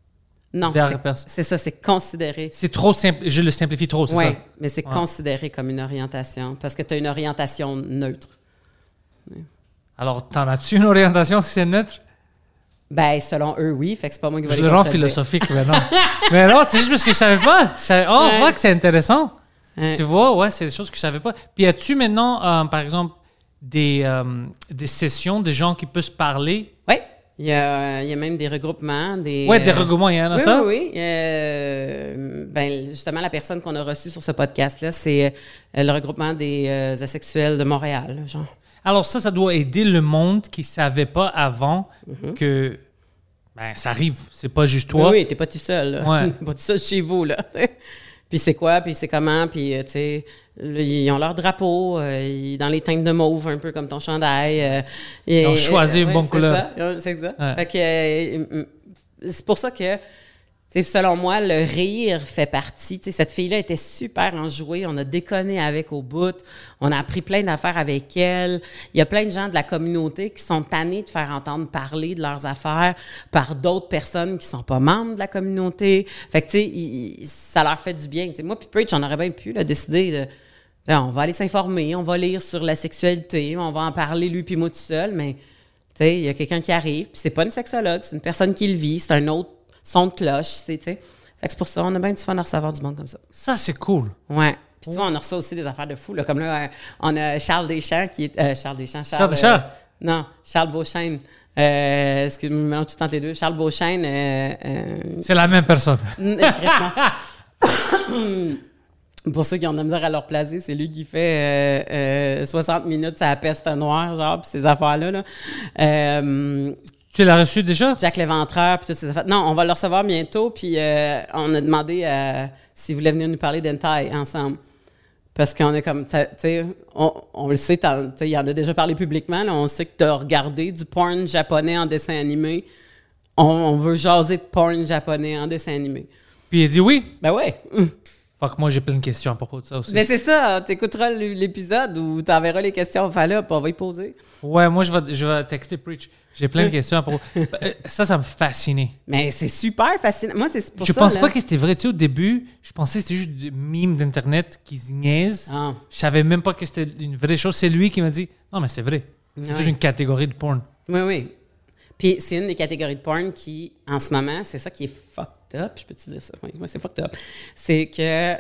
Speaker 4: Non,
Speaker 3: vers personne.
Speaker 4: c'est ça, c'est considéré.
Speaker 3: C'est trop simple. Je le simplifie trop, c'est
Speaker 4: Oui,
Speaker 3: ça?
Speaker 4: mais c'est considéré comme une orientation parce que tu as une orientation neutre.
Speaker 3: Alors, t'en as-tu une orientation si c'est neutre?
Speaker 4: Ben, selon eux, oui. Fait que c'est pas moi qui vais
Speaker 3: Je
Speaker 4: les
Speaker 3: le rends
Speaker 4: contredire.
Speaker 3: philosophique, mais non. Mais non, c'est juste parce que je savais pas. On voit que c'est intéressant.
Speaker 4: Ouais.
Speaker 3: Tu vois, ouais, c'est des choses que je savais pas. Puis, as-tu maintenant, par exemple, des sessions de gens qui peuvent se parler?
Speaker 4: Oui. Il y a même des regroupements. Des
Speaker 3: regroupements, il y en a
Speaker 4: oui,
Speaker 3: ça?
Speaker 4: Oui, ben, justement, la personne qu'on a reçue sur ce podcast-là, c'est le regroupement des asexuels de Montréal. Là, genre.
Speaker 3: Alors ça doit aider le monde qui ne savait pas avant que ça arrive. C'est pas juste toi.
Speaker 4: Oui, t'es pas tout seul. Là.
Speaker 3: Ouais.
Speaker 4: T'es pas tout seul chez vous. Là. Puis c'est quoi, puis c'est comment, puis tu sais, ils ont leur drapeau dans les teintes de mauve, un peu comme ton chandail.
Speaker 3: Ils ont choisi une bonne couleur.
Speaker 4: C'est ça.
Speaker 3: Ouais.
Speaker 4: Fait que c'est pour ça que, selon moi, le rire fait partie. T'sais, cette fille-là était super enjouée. On a déconné avec au bout. On a appris plein d'affaires avec elle. Il y a plein de gens de la communauté qui sont tannés de faire entendre parler de leurs affaires par d'autres personnes qui sont pas membres de la communauté. Fait que, ça leur fait du bien. T'sais, moi, puis Preach, on aurait bien pu décider de... On va aller s'informer, on va lire sur la sexualité, on va en parler, lui puis moi tout seul, mais il y a quelqu'un qui arrive, puis c'est pas une sexologue, c'est une personne qui le vit, c'est un autre son de cloche, Fait que c'est pour ça, on a bien du fun à recevoir du monde comme ça.
Speaker 3: Ça, c'est cool.
Speaker 4: Ouais. Puis tu vois, on a reçu aussi des affaires de fous, là, comme là, on a Charles Deschamps qui est... Charles
Speaker 3: Deschamps?
Speaker 4: Non, Charles Beauchesne. Excuse-moi, je mélange tout le temps les deux. Charles Beauchesne...
Speaker 3: C'est la même personne.
Speaker 4: Pour ceux qui ont de la misère à leur placer, c'est lui qui fait 60 minutes sur la peste noire, genre, puis ces affaires-là. Là.
Speaker 3: Tu l'as reçu déjà?
Speaker 4: Jacques Léventreur, puis toutes ces affaires. Non, on va le recevoir bientôt, puis on a demandé s'il voulait venir nous parler d'hentai ensemble. Parce qu'on est comme, tu sais, on le sait, il en a déjà parlé publiquement, là, on sait que tu as regardé du porn japonais en dessin animé. On veut jaser de porn japonais en dessin animé.
Speaker 3: Puis il a dit oui.
Speaker 4: Ben ouais.
Speaker 3: Fait que moi, j'ai plein de questions à propos de ça aussi.
Speaker 4: Ben c'est ça, tu écouteras l'épisode où tu enverras les questions au Fallop, on va y poser.
Speaker 3: Ouais, moi, je vais texter Preach. J'ai plein de questions à propos. Ça me fascinait.
Speaker 4: Mais c'est super fascinant. Moi, c'est pour ça.
Speaker 3: Je pense
Speaker 4: là.
Speaker 3: pas que c'était vrai. Tu sais, au début, je pensais que c'était juste des mimes d'Internet qui se niaisent.
Speaker 4: Ah.
Speaker 3: Je savais même pas que c'était une vraie chose. C'est lui qui m'a dit non, mais c'est vrai. C'est
Speaker 4: Ouais.
Speaker 3: une catégorie de porn.
Speaker 4: Oui, oui. Puis c'est une des catégories de porn qui, en ce moment, c'est ça qui est fucked up. Je peux te dire ça? Oui, c'est fucked up. C'est que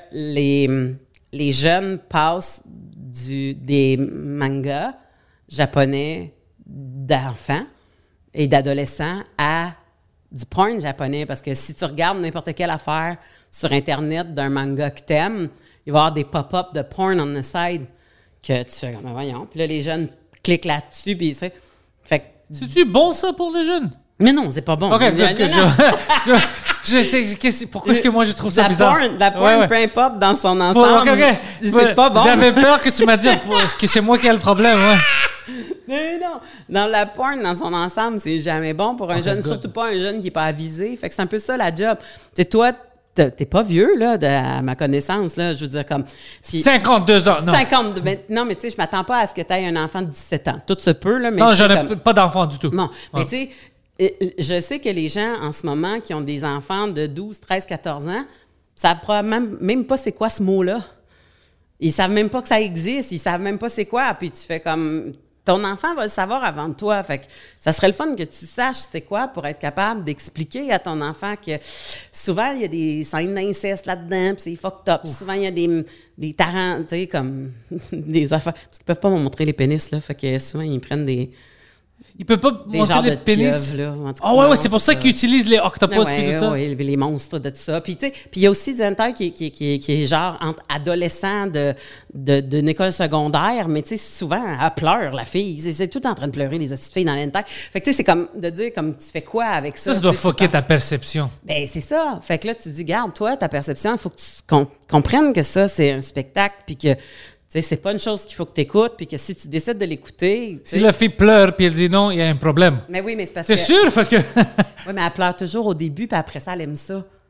Speaker 4: les jeunes passent des mangas japonais d'enfants et d'adolescents à du porn japonais. Parce que si tu regardes n'importe quelle affaire sur Internet d'un manga que t'aimes, il va y avoir des pop-up de porn on the side que tu fais comme, ben voyons. Puis là, les jeunes cliquent là-dessus, puis c'est... Fait que
Speaker 3: C'est-tu bon, ça, pour les jeunes?
Speaker 4: mais non, c'est pas bon.
Speaker 3: OK,
Speaker 4: Non, non.
Speaker 3: je sais. Pourquoi est-ce que moi, je trouve ça bizarre?
Speaker 4: La porn,
Speaker 3: Ouais.
Speaker 4: peu importe dans son ensemble,
Speaker 3: OK.
Speaker 4: c'est
Speaker 3: Ouais,
Speaker 4: pas bon.
Speaker 3: J'avais peur que tu m'as dit que c'est moi qui ai le problème. Ouais.
Speaker 4: Mais non, dans la porn, dans son ensemble, c'est jamais bon pour un jeune, surtout pas un jeune qui est pas avisé. Fait que c'est un peu ça la job. Tu sais, toi, t'es pas vieux, là, à ma connaissance, là, je veux dire, comme... Puis
Speaker 3: 52 ans, non.
Speaker 4: 50, non, mais tu sais, je m'attends pas à ce que tu aies un enfant de 17 ans. Tout se peut, là, mais...
Speaker 3: Non,
Speaker 4: tu sais,
Speaker 3: j'en ai
Speaker 4: comme-
Speaker 3: pas d'enfant du tout.
Speaker 4: Non, mais
Speaker 3: Ouais.
Speaker 4: tu sais, je sais que les gens, en ce moment, qui ont des enfants de 12, 13, 14 ans, savent probablement même pas c'est quoi ce mot-là. Ils savent même pas que ça existe. Ils savent même pas c'est quoi. Puis tu fais comme... Ton enfant va le savoir avant de toi. Fait que ça serait le fun que tu saches c'est quoi pour être capable d'expliquer à ton enfant que souvent, il y a des scènes d'inceste là-dedans, puis c'est fucked up. Souvent, il y a des tarans, tu sais, comme des affaires. Parce qu'ils peuvent pas me montrer les pénis, là. Fait que souvent, ils prennent des
Speaker 3: Il peut pas
Speaker 4: genres
Speaker 3: montrer
Speaker 4: de
Speaker 3: les pénis.
Speaker 4: pieuvres, là. En tout cas,
Speaker 3: Ah ouais,
Speaker 4: non,
Speaker 3: c'est pour ça qu'ils utilisent les octopus et tout ça.
Speaker 4: Oui, les monstres de tout ça. Puis, tu sais, puis il y a aussi du hentai qui est genre entre adolescents d'une école secondaire, mais tu sais, souvent, elle pleure, la fille. C'est tout en train de pleurer, les petites filles dans l'hentai. Fait que, tu sais, c'est comme de dire, comme, tu fais quoi avec ça?
Speaker 3: Ça doit
Speaker 4: tu sais,
Speaker 3: fucker
Speaker 4: c'est
Speaker 3: ta perception.
Speaker 4: ben, c'est ça. Fait que là, tu dis, garde, toi, ta perception, il faut que tu comprennes que ça, c'est un spectacle, puis que, tu sais, c'est pas une chose qu'il faut que tu écoutes, puis que si tu décides de l'écouter... tu
Speaker 3: Si
Speaker 4: sais-
Speaker 3: la fille pleure puis elle dit non, il y a un problème.
Speaker 4: Mais oui, mais c'est parce
Speaker 3: C'est
Speaker 4: que...
Speaker 3: sûr parce que
Speaker 4: Oui, mais elle pleure toujours au début, puis après ça, elle aime ça. Tu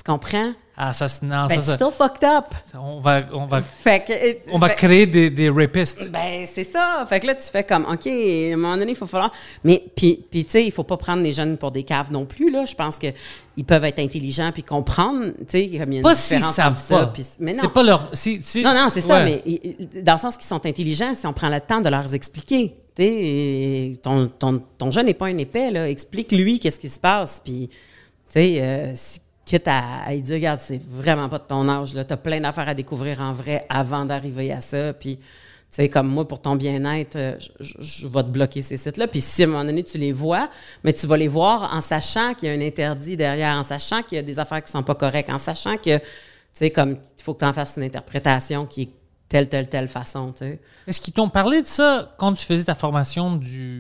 Speaker 4: Tu comprends?
Speaker 3: Ah, ça, non,
Speaker 4: Ben,
Speaker 3: ça,
Speaker 4: still fucked up.
Speaker 3: on va
Speaker 4: Fait que,
Speaker 3: on va créer des rapistes.
Speaker 4: Ben, c'est ça. Fait que là, tu fais comme, OK, à un moment donné, il faut falloir... Mais, puis tu sais, il faut pas prendre les jeunes pour des caves non plus, là. Je pense qu'ils peuvent être intelligents puis comprendre, tu sais, comme il y a une
Speaker 3: Pas s'ils
Speaker 4: différence
Speaker 3: savent
Speaker 4: entre ça,
Speaker 3: pas.
Speaker 4: puis- mais non.
Speaker 3: C'est pas leur...
Speaker 4: Non, c'est ça,
Speaker 3: ouais.
Speaker 4: mais dans le sens qu'ils sont intelligents, si on prend le temps de leur expliquer. Tu sais, ton jeune n'est pas un épais, là. Explique-lui qu'est-ce qui se passe, puis, tu sais, quitte à lui dire, regarde, c'est vraiment pas de ton âge, là. T'as plein d'affaires à découvrir en vrai avant d'arriver à ça, puis, tu sais, comme moi, pour ton bien-être, je vais te bloquer ces sites-là. Puis si à un moment donné, tu les vois, mais tu vas les voir en sachant qu'il y a un interdit derrière, en sachant qu'il y a des affaires qui sont pas correctes, en sachant que, tu sais, comme, il faut que tu en fasses une interprétation qui est telle façon, tu sais.
Speaker 3: Est-ce qu'ils t'ont parlé de ça quand tu faisais ta formation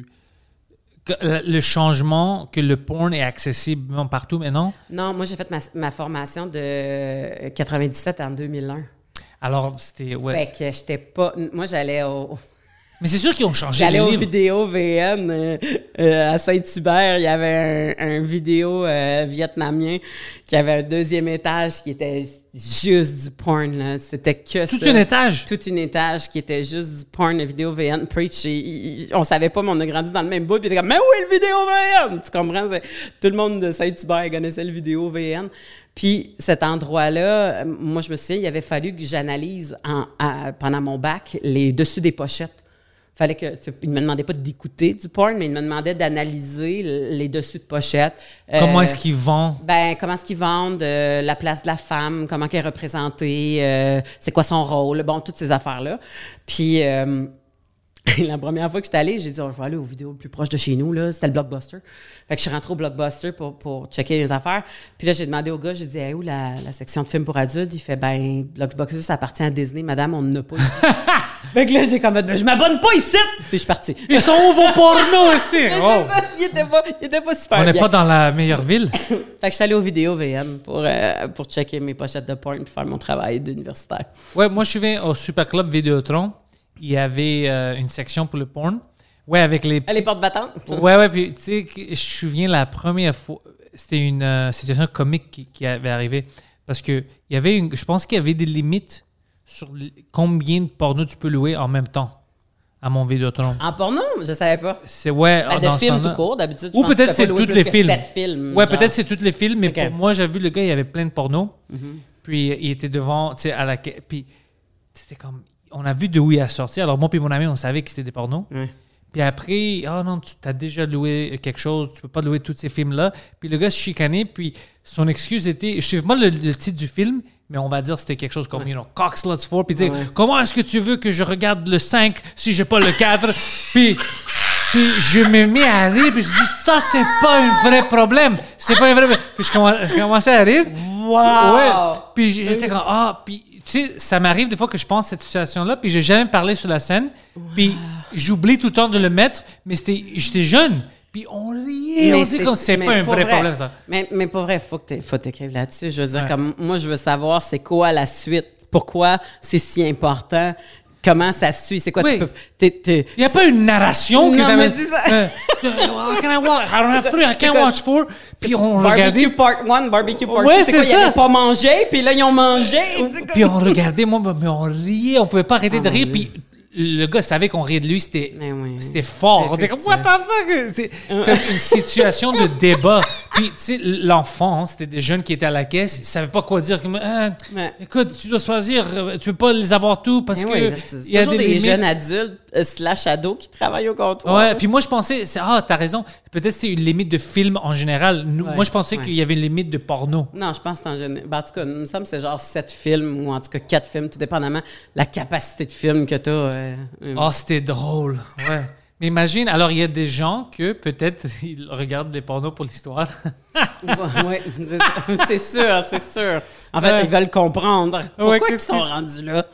Speaker 3: le changement que le porn est accessible partout maintenant?
Speaker 4: Non, moi, j'ai fait ma formation de 97 en 2001.
Speaker 3: Alors, c'était... Ouais.
Speaker 4: Fait que j'étais pas... Moi, j'allais au...
Speaker 3: Mais c'est sûr qu'ils ont changé
Speaker 4: J'allais
Speaker 3: les
Speaker 4: aux
Speaker 3: livres.
Speaker 4: vidéos VN à Saint-Hubert. Il y avait un vidéo vietnamien qui avait un deuxième étage qui était juste du porn. Là. C'était que
Speaker 3: Tout
Speaker 4: ça.
Speaker 3: un étage?
Speaker 4: Tout un étage qui était juste du porn, la vidéo VN. Preach, on savait pas, mais on a grandi dans le même bout. Puis il était comme, mais où est le vidéo VN? Tu comprends? Tout le monde de Saint-Hubert connaissait le vidéo VN. Puis cet endroit-là, moi, je me souviens, il avait fallu que j'analyse pendant mon bac les dessus des pochettes. Fallait que il me demandait pas d'écouter du porn, mais il me demandait d'analyser les dessus de pochette.
Speaker 3: Comment est-ce qu'ils vendent?
Speaker 4: Ben, comment est-ce qu'ils vendent, la place de la femme, comment elle est représentée, c'est quoi son rôle, bon, toutes ces affaires-là. Puis la première fois que j'étais allée, j'ai dit, je vais aller aux vidéos le plus proche de chez nous, là. C'était le Blockbuster. Fait que je suis rentrée au Blockbuster pour checker les affaires. Puis là, j'ai demandé au gars, j'ai dit, hey, où la section de films pour adultes? Il fait, ben, Blockbuster, ça appartient à Disney, madame, on n'en a pas ici. Fait que là, j'ai comme, je m'abonne pas ici! Puis je suis partie.
Speaker 3: Ils sont où vos pornos aussi?
Speaker 4: Mais
Speaker 3: Oh.
Speaker 4: c'est ça, il était pas super
Speaker 3: On n'est
Speaker 4: bien.
Speaker 3: pas dans la meilleure ville.
Speaker 4: Fait que je suis allée aux vidéos VN pour checker mes pochettes de porn et faire mon travail d'universitaire.
Speaker 3: Ouais, moi, je suis au Super Club Vidéotron. Il y avait une section pour le porn. Ouais, avec les petits...
Speaker 4: Les portes battantes?
Speaker 3: Ouais, puis tu sais, je me souviens la première fois, c'était une situation comique qui avait arrivé. Parce que il y avait je pense qu'il y avait des limites sur combien de porno tu peux louer en même temps à mon Vidéotron.
Speaker 4: En porno? Je savais pas.
Speaker 3: C'est ouais.
Speaker 4: Ben, de
Speaker 3: dans ce
Speaker 4: films
Speaker 3: temps-là.
Speaker 4: tout court, d'habitude. je
Speaker 3: Ou
Speaker 4: pense que
Speaker 3: peut-être
Speaker 4: tu
Speaker 3: c'est
Speaker 4: peux louer
Speaker 3: tous
Speaker 4: plus
Speaker 3: les
Speaker 4: que
Speaker 3: films.
Speaker 4: 7 films.
Speaker 3: Ouais,
Speaker 4: genre.
Speaker 3: peut-être c'est tous les films, mais
Speaker 4: Ok.
Speaker 3: pour moi, j'ai vu le gars, il y avait plein de pornos. Puis il était devant, tu sais, à la... Puis c'était comme... On a vu de où il a sorti. Alors moi et mon ami, on savait que c'était des pornos.
Speaker 4: Ouais.
Speaker 3: Puis après, non, tu t'as déjà loué quelque chose, tu peux pas louer tous ces films-là. Puis le gars se chicanait, puis son excuse était, je sais pas le titre du film, mais on va dire c'était quelque chose comme, Cock Sluts 4, puis il disait, comment est-ce que tu veux que je regarde le 5 si j'ai pas le 4? Puis je me mets à rire, puis je dis, ça, c'est pas un vrai problème. C'est pas un vrai problème. Puis je commençais à rire.
Speaker 4: Wow!
Speaker 3: Ouais. Puis j'étais comme, puis tu sais, ça m'arrive des fois que je pense à cette situation-là, puis j'ai jamais parlé sur la scène, puis j'oublie tout le temps de le mettre, mais j'étais jeune, puis on riait, on dit comme c'est
Speaker 4: mais
Speaker 3: pas un
Speaker 4: pour
Speaker 3: vrai problème, ça.
Speaker 4: Mais pour vrai, faut t'écrire là-dessus. Je veux dire,
Speaker 3: Ouais.
Speaker 4: comme moi, je veux savoir c'est quoi la suite, pourquoi c'est si important, comment ça suit, c'est quoi
Speaker 3: Oui.
Speaker 4: tu peux...
Speaker 3: Il n'y a pas une narration que
Speaker 4: Non,
Speaker 3: t'avais...
Speaker 4: mais c'est ça.
Speaker 3: How can I watch? I don't have three, I can't
Speaker 4: quoi?
Speaker 3: watch four. Puis on
Speaker 4: Barbecue
Speaker 3: regardait...
Speaker 4: Part 1, Barbecue Part 2.
Speaker 3: Ouais,
Speaker 4: c'est
Speaker 3: c'est
Speaker 4: quoi, ils
Speaker 3: ça.
Speaker 4: avaient pas mangé, puis là, ils ont mangé.
Speaker 3: Puis on regardait, moi, mais on riait, on pouvait pas arrêter de rire, puis le gars savait qu'on riait de lui, c'était
Speaker 4: Mais oui.
Speaker 3: c'était fort. On
Speaker 4: C'est
Speaker 3: était comme,
Speaker 4: ça.
Speaker 3: what the fuck? C'est comme une situation de débat. Puis, tu sais, l'enfant, c'était des jeunes qui étaient à la caisse, ils savaient pas quoi dire. Comme,
Speaker 4: Ouais.
Speaker 3: écoute, tu dois choisir, tu peux pas les avoir tous parce
Speaker 4: Mais
Speaker 3: que
Speaker 4: oui, parce que c'est
Speaker 3: il y a
Speaker 4: toujours
Speaker 3: des
Speaker 4: des
Speaker 3: limites.
Speaker 4: jeunes adultes / ados qui travaillent au comptoir.
Speaker 3: Ouais, puis moi, je pensais, t'as raison, peut-être c'était une limite de film en général.
Speaker 4: Ouais,
Speaker 3: Moi, je pensais
Speaker 4: ouais.
Speaker 3: qu'il y avait une limite de porno.
Speaker 4: Non, je pense que c'est en général. Ben, en tout cas, il me semble que c'est genre 7 films ou en tout cas 4 films, tout dépendamment de la capacité de film que tu as.
Speaker 3: C'était drôle, ouais. Mais imagine, alors il y a des gens que peut-être ils regardent des pornos pour l'histoire.
Speaker 4: Ouais, c'est sûr, c'est sûr. En fait,
Speaker 3: Ouais.
Speaker 4: ils veulent comprendre pourquoi ils
Speaker 3: qu'est-ce
Speaker 4: sont
Speaker 3: que-
Speaker 4: rendus là.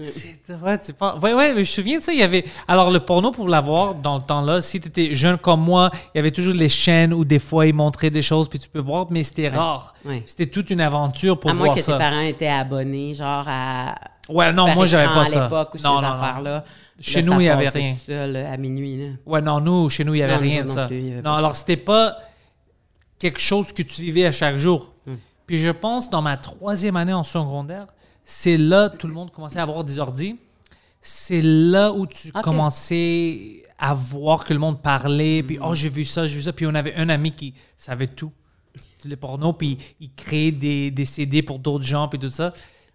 Speaker 3: C'est pas... Ouais, mais je me souviens de ça, il y avait... Alors, le porno, pour l'avoir, dans le temps-là, si tu étais jeune comme moi, il y avait toujours les chaînes où des fois, ils montraient des choses, puis tu peux voir, mais c'était rare.
Speaker 4: Ouais.
Speaker 3: C'était toute une aventure pour
Speaker 4: À moins
Speaker 3: voir
Speaker 4: que
Speaker 3: ça.
Speaker 4: tes parents étaient abonnés, genre à.
Speaker 3: Ouais, non,
Speaker 4: Super
Speaker 3: moi, j'avais
Speaker 4: Écran
Speaker 3: pas
Speaker 4: à
Speaker 3: ça.
Speaker 4: l'époque ou
Speaker 3: Non,
Speaker 4: ces
Speaker 3: non, non.
Speaker 4: affaires-là.
Speaker 3: Chez
Speaker 4: Là,
Speaker 3: nous,
Speaker 4: ça
Speaker 3: il y avait
Speaker 4: passait
Speaker 3: rien.
Speaker 4: tout seul à minuit. Là.
Speaker 3: Ouais, non, nous, chez nous, il y avait
Speaker 4: Non, nous
Speaker 3: rien de
Speaker 4: autres
Speaker 3: ça.
Speaker 4: non plus, il y avait
Speaker 3: Non,
Speaker 4: pas
Speaker 3: alors, c'était pas quelque chose que tu vivais à chaque jour. Puis je pense, dans ma 3e année en secondaire, c'est là tout le monde commençait à avoir des ordis. C'est là où tu commençais à voir que le monde parlait. Puis, j'ai vu ça. Puis on avait un ami qui savait tout. Les pornos, puis il créait des CD pour d'autres gens, puis tout ça.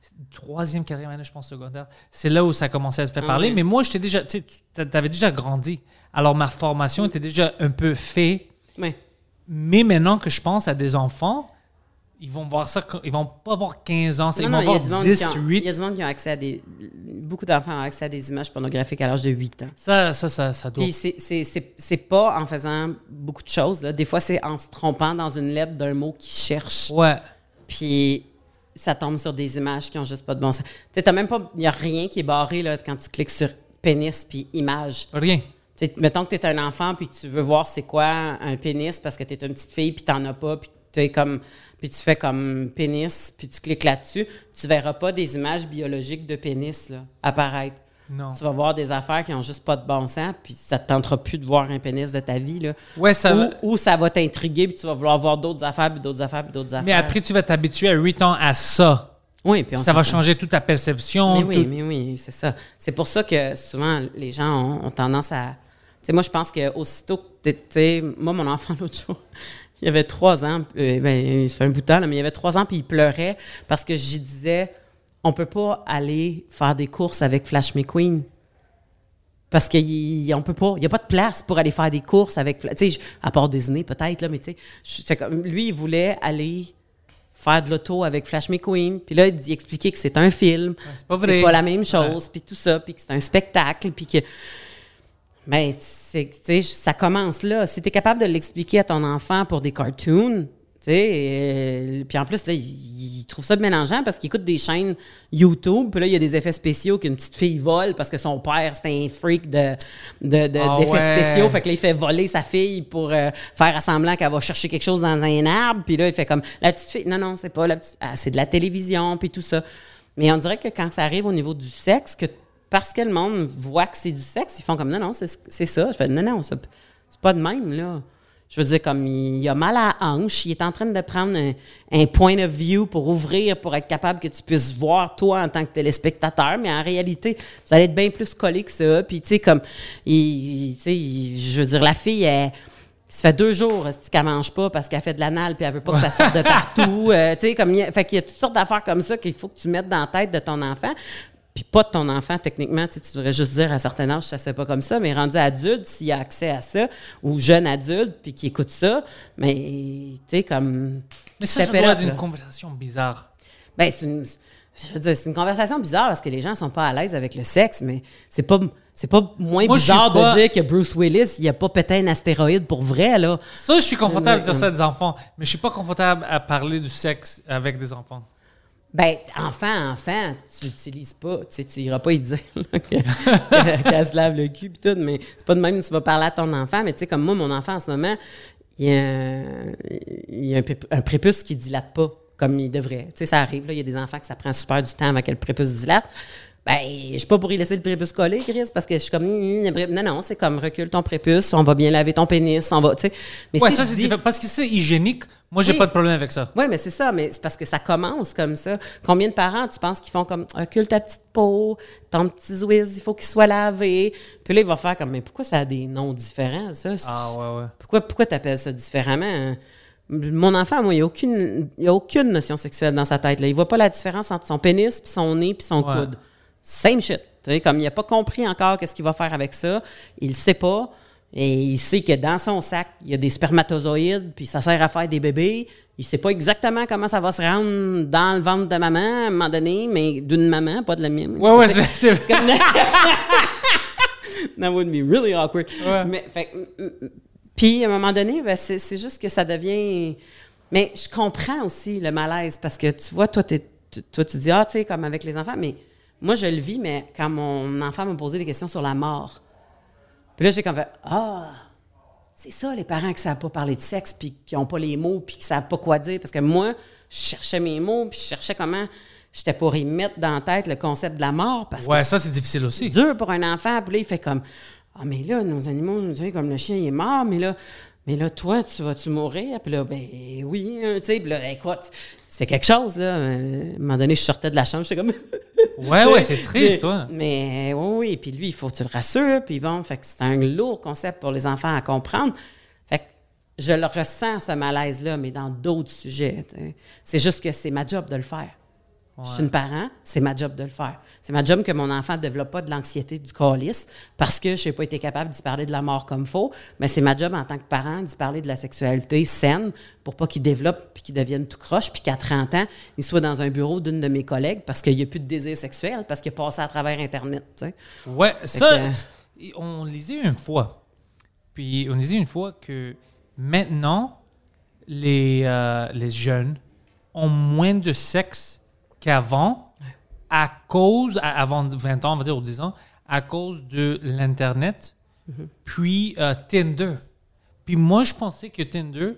Speaker 3: 3e, 4e année, je pense, secondaire. C'est là où ça commençait à se faire parler. Mais moi, j'étais déjà... Tu avais déjà grandi. Alors, ma formation était déjà un peu faite.
Speaker 4: Oui.
Speaker 3: Mais maintenant que je pense à des enfants, ils vont voir ça... Ils vont pas avoir 15 ans. Ils vont avoir 10, 8.
Speaker 4: Il y a du monde qui ont accès à des... Beaucoup d'enfants ont accès à des images pornographiques à l'âge de 8 ans.
Speaker 3: Ça doit...
Speaker 4: Puis c'est pas en faisant beaucoup de choses. Là. Des fois, c'est en se trompant dans une lettre d'un mot qu'ils cherchent.
Speaker 3: Ouais.
Speaker 4: Puis ça tombe sur des images qui ont juste pas de bon sens. Tu sais, il n'y a rien qui est barré là, quand tu cliques sur pénis puis image.
Speaker 3: Rien.
Speaker 4: T'sais, mettons que tu es un enfant puis tu veux voir c'est quoi un pénis parce que tu es une petite fille puis tu n'en as pas puis puis tu fais comme pénis puis tu cliques là-dessus, tu verras pas des images biologiques de pénis là, apparaître.
Speaker 3: Non.
Speaker 4: Tu vas voir des affaires qui ont juste pas de bon sens puis ça te tentera plus de voir un pénis de ta vie là.
Speaker 3: Ouais,
Speaker 4: ou ça va t'intriguer puis tu vas vouloir voir d'autres affaires puis d'autres affaires puis d'autres affaires.
Speaker 3: Mais après, tu vas t'habituer à 8 ans à ça.
Speaker 4: Oui, puis
Speaker 3: ça va changer toute ta perception.
Speaker 4: Mais oui, c'est ça. C'est pour ça que souvent, les gens ont tendance à... Tu sais, moi, je pense qu'aussitôt que tu sais, moi, mon enfant, l'autre jour, il avait 3 ans, il fait un bout de temps, là, mais il avait 3 ans, puis il pleurait parce que j'y disais, on peut pas aller faire des courses avec Flash McQueen. Parce qu'on peut pas, il n'y a pas de place pour aller faire des courses avec... Tu sais, à part Disney, peut-être, là, mais tu sais, lui, il voulait aller... faire de l'auto avec Flash McQueen. Puis là, il expliquait que c'est un film.
Speaker 3: C'est pas vrai.
Speaker 4: C'est pas la même chose. Puis tout ça. Puis que c'est un spectacle. Puis que... Ben, tu sais, ça commence là. Si tu es capable de l'expliquer à ton enfant pour des cartoons, tu sais, puis en plus, là, il trouve ça mélangeant parce qu'il écoute des chaînes YouTube. Puis là, il y a des effets spéciaux qu'une petite fille vole parce que son père, c'était un freak d'effets spéciaux. Fait que là, il fait voler sa fille pour faire semblant qu'elle va chercher quelque chose dans un arbre. Puis là, il fait comme, la petite fille, non, c'est pas la petite... Ah, c'est de la télévision, puis tout ça. Mais on dirait que quand ça arrive au niveau du sexe, que parce que le monde voit que c'est du sexe, ils font comme, non, c'est ça. Je fais, non, c'est pas de même, là. Je veux dire, comme il a mal à la hanche, il est en train de prendre un point of view pour ouvrir, pour être capable que tu puisses voir, toi, en tant que téléspectateur, mais en réalité, vous allez être bien plus collé que ça. Puis, tu sais, comme, je veux dire, la fille, ça fait 2 jours qu'elle mange pas parce qu'elle fait de l'anal puis elle veut pas que ça sorte de partout. Tu sais, comme, fait qu'il y a toutes sortes d'affaires comme ça qu'il faut que tu mettes dans la tête de ton enfant. Puis pas de ton enfant, techniquement, tu devrais juste dire à un certain âge, ça se fait pas comme ça, mais rendu adulte, s'il a accès à ça, ou jeune adulte, puis qui écoute ça, mais, tu sais, comme...
Speaker 3: Mais ça doit être une conversation bizarre.
Speaker 4: Ben, je veux dire, c'est une conversation bizarre parce que les gens sont pas à l'aise avec le sexe, mais c'est pas moins bizarre de dire que Bruce Willis, il a pas pété un astéroïde pour vrai, là.
Speaker 3: Ça, je suis confortable de dire ça à des enfants, mais je suis pas confortable à parler du sexe avec des enfants.
Speaker 4: Ben, enfant, tu n'utilises pas, tu iras pas y dire qu'elle se lave le cul pis tout, mais c'est pas de même que tu vas parler à ton enfant, mais tu sais, comme moi, mon enfant en ce moment, il y a un prépuce qui dilate pas comme il devrait. Tu sais, ça arrive, là, il y a des enfants que ça prend super du temps avant que le prépuce dilate. Ben, je suis pas pour y laisser le prépuce coller, Chris, parce que je suis comme... Non, c'est comme recule ton prépuce, on va bien laver ton pénis, on va... Tu sais. Mais
Speaker 3: ouais,
Speaker 4: si
Speaker 3: ça, c'est différent. Parce que c'est hygiénique. Moi, j'ai pas de problème avec ça.
Speaker 4: Oui, mais c'est ça, mais c'est parce que ça commence comme ça. Combien de parents, tu penses, qu'ils font comme recule ta petite peau, ton petit zouiz, il faut qu'il soit lavé. Puis là, il va faire comme, mais pourquoi ça a des noms différents, ça?
Speaker 3: Ah, ouais.
Speaker 4: Pourquoi tu appelles ça différemment? Mon enfant, moi, il n'y a aucune notion sexuelle dans sa tête. Là. Il ne voit pas la différence entre son pénis, puis son nez, puis son coude. Same shit. T'sais, comme il n'a pas compris encore qu'est-ce qu'il va faire avec ça, il ne sait pas. Et il sait que dans son sac, il y a des spermatozoïdes, puis ça sert à faire des bébés. Il ne sait pas exactement comment ça va se rendre dans le ventre de maman à un moment donné, mais d'une maman, pas de la mienne.
Speaker 3: Ouais, c'est
Speaker 4: comme... That would be really awkward.
Speaker 3: Ouais.
Speaker 4: Mais, puis, à un moment donné, ben, c'est juste que ça devient... Mais je comprends aussi le malaise, parce que tu vois, toi, tu dis, tu sais, comme avec les enfants, mais moi, je le vis, mais quand mon enfant m'a posé des questions sur la mort, puis là, j'ai comme fait, c'est ça, les parents qui ne savent pas parler de sexe, puis qui n'ont pas les mots, puis qui ne savent pas quoi dire, parce que moi, je cherchais mes mots, puis je cherchais comment j'étais pour y mettre dans la tête le concept de la mort, parce que
Speaker 3: ça, c'est difficile aussi.
Speaker 4: C'est dur pour un enfant, puis là, il fait comme, mais là, nos animaux, tu sais, comme le chien, il est mort, mais là, Mais là, toi, tu vas-tu mourir? Puis là, ben oui, hein, tu sais. Puis là, écoute, c'est quelque chose, là. À un moment donné, je sortais de la chambre, j'étais comme...
Speaker 3: Ouais, c'est triste, toi.
Speaker 4: Mais oui, puis lui, il faut que tu le rassures. Puis bon, fait que c'est un lourd concept pour les enfants à comprendre. Fait que je le ressens, ce malaise-là, mais dans d'autres sujets. T'sais. C'est juste que c'est ma job de le faire. Ouais. Je suis une parent, c'est ma job de le faire. C'est ma job que mon enfant ne développe pas de l'anxiété du calice parce que je n'ai pas été capable d'y parler de la mort comme il faut. Mais c'est ma job en tant que parent d'y parler de la sexualité saine pour pas qu'il développe puis qu'il devienne tout croche puis qu'à 30 ans, il soit dans un bureau d'une de mes collègues parce qu'il n'y a plus de désir sexuel parce qu'il est passé à travers Internet. T'sais.
Speaker 3: Ouais, ça, on lisait une fois. Puis on disait une fois que maintenant, les jeunes ont moins de sexe qu'avant, à cause, avant 20 ans, on va dire, ou 10 ans, à cause de l'Internet, puis Tinder. Puis moi, je pensais que Tinder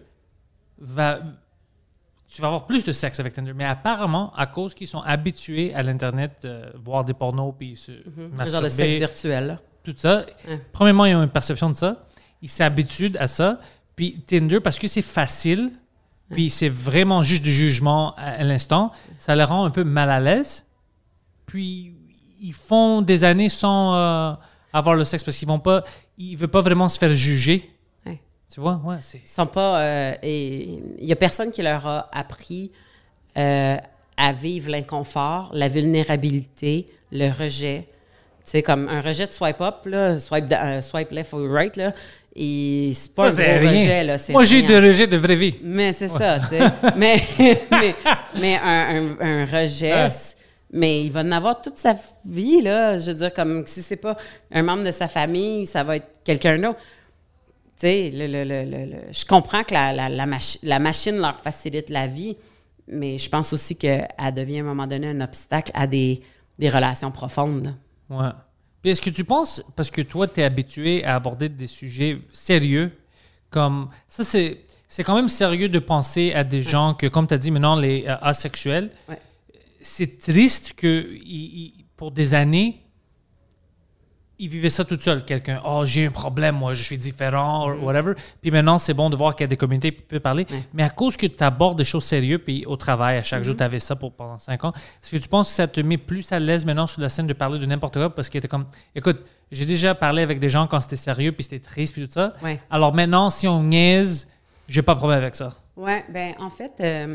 Speaker 3: tu vas avoir plus de sexe avec Tinder, mais apparemment, à cause qu'ils sont habitués à l'Internet, voir des pornos, puis se masturber.
Speaker 4: Genre de sexe virtuel, là.
Speaker 3: Tout ça. Premièrement, ils ont une perception de ça. Ils s'habituent à ça. Puis Tinder, parce que c'est facile, puis c'est vraiment juste du jugement à l'instant, ça les rend un peu mal à l'aise. Puis ils font des années sans avoir le sexe parce qu'ils ne veulent pas vraiment se faire juger.
Speaker 4: Ouais.
Speaker 3: Tu vois? Ouais,
Speaker 4: ils sont pas... il n'y a personne qui leur a appris à vivre l'inconfort, la vulnérabilité, le rejet. Tu sais, comme un rejet de swipe up, là, swipe left or right, là, et c'est pas
Speaker 3: ça,
Speaker 4: un gros rejet, là.
Speaker 3: Moi, j'ai eu des rejets de vraie vie.
Speaker 4: Mais c'est ça, tu sais. mais un rejet, mais il va en avoir toute sa vie, là. Je veux dire, comme si c'est pas un membre de sa famille, ça va être quelqu'un d'autre. Tu sais, je comprends que la machine leur facilite la vie, mais je pense aussi qu'elle devient à un moment donné un obstacle à des relations profondes, là.
Speaker 3: Ouais. Puis est-ce que tu penses, parce que toi, tu es habitué à aborder des sujets sérieux, comme ça, c'est quand même sérieux de penser à des gens que, comme tu as dit maintenant, les asexuels, c'est triste que pour des années, ils vivaient ça tout seul. Quelqu'un, j'ai un problème, moi, je suis différent, ou whatever. Puis maintenant, c'est bon de voir qu'il y a des communautés qui peuvent parler. Mais à cause que tu abordes des choses sérieuses, puis au travail, à chaque jour, tu avais ça pendant 5 ans, est-ce que tu penses que ça te met plus à l'aise maintenant sur la scène de parler de n'importe quoi? Parce que t'es comme, écoute, j'ai déjà parlé avec des gens quand c'était sérieux, puis c'était triste, puis tout ça.
Speaker 4: Ouais.
Speaker 3: Alors maintenant, si on niaise, j'ai pas de problème avec ça.
Speaker 4: Oui, bien, en fait,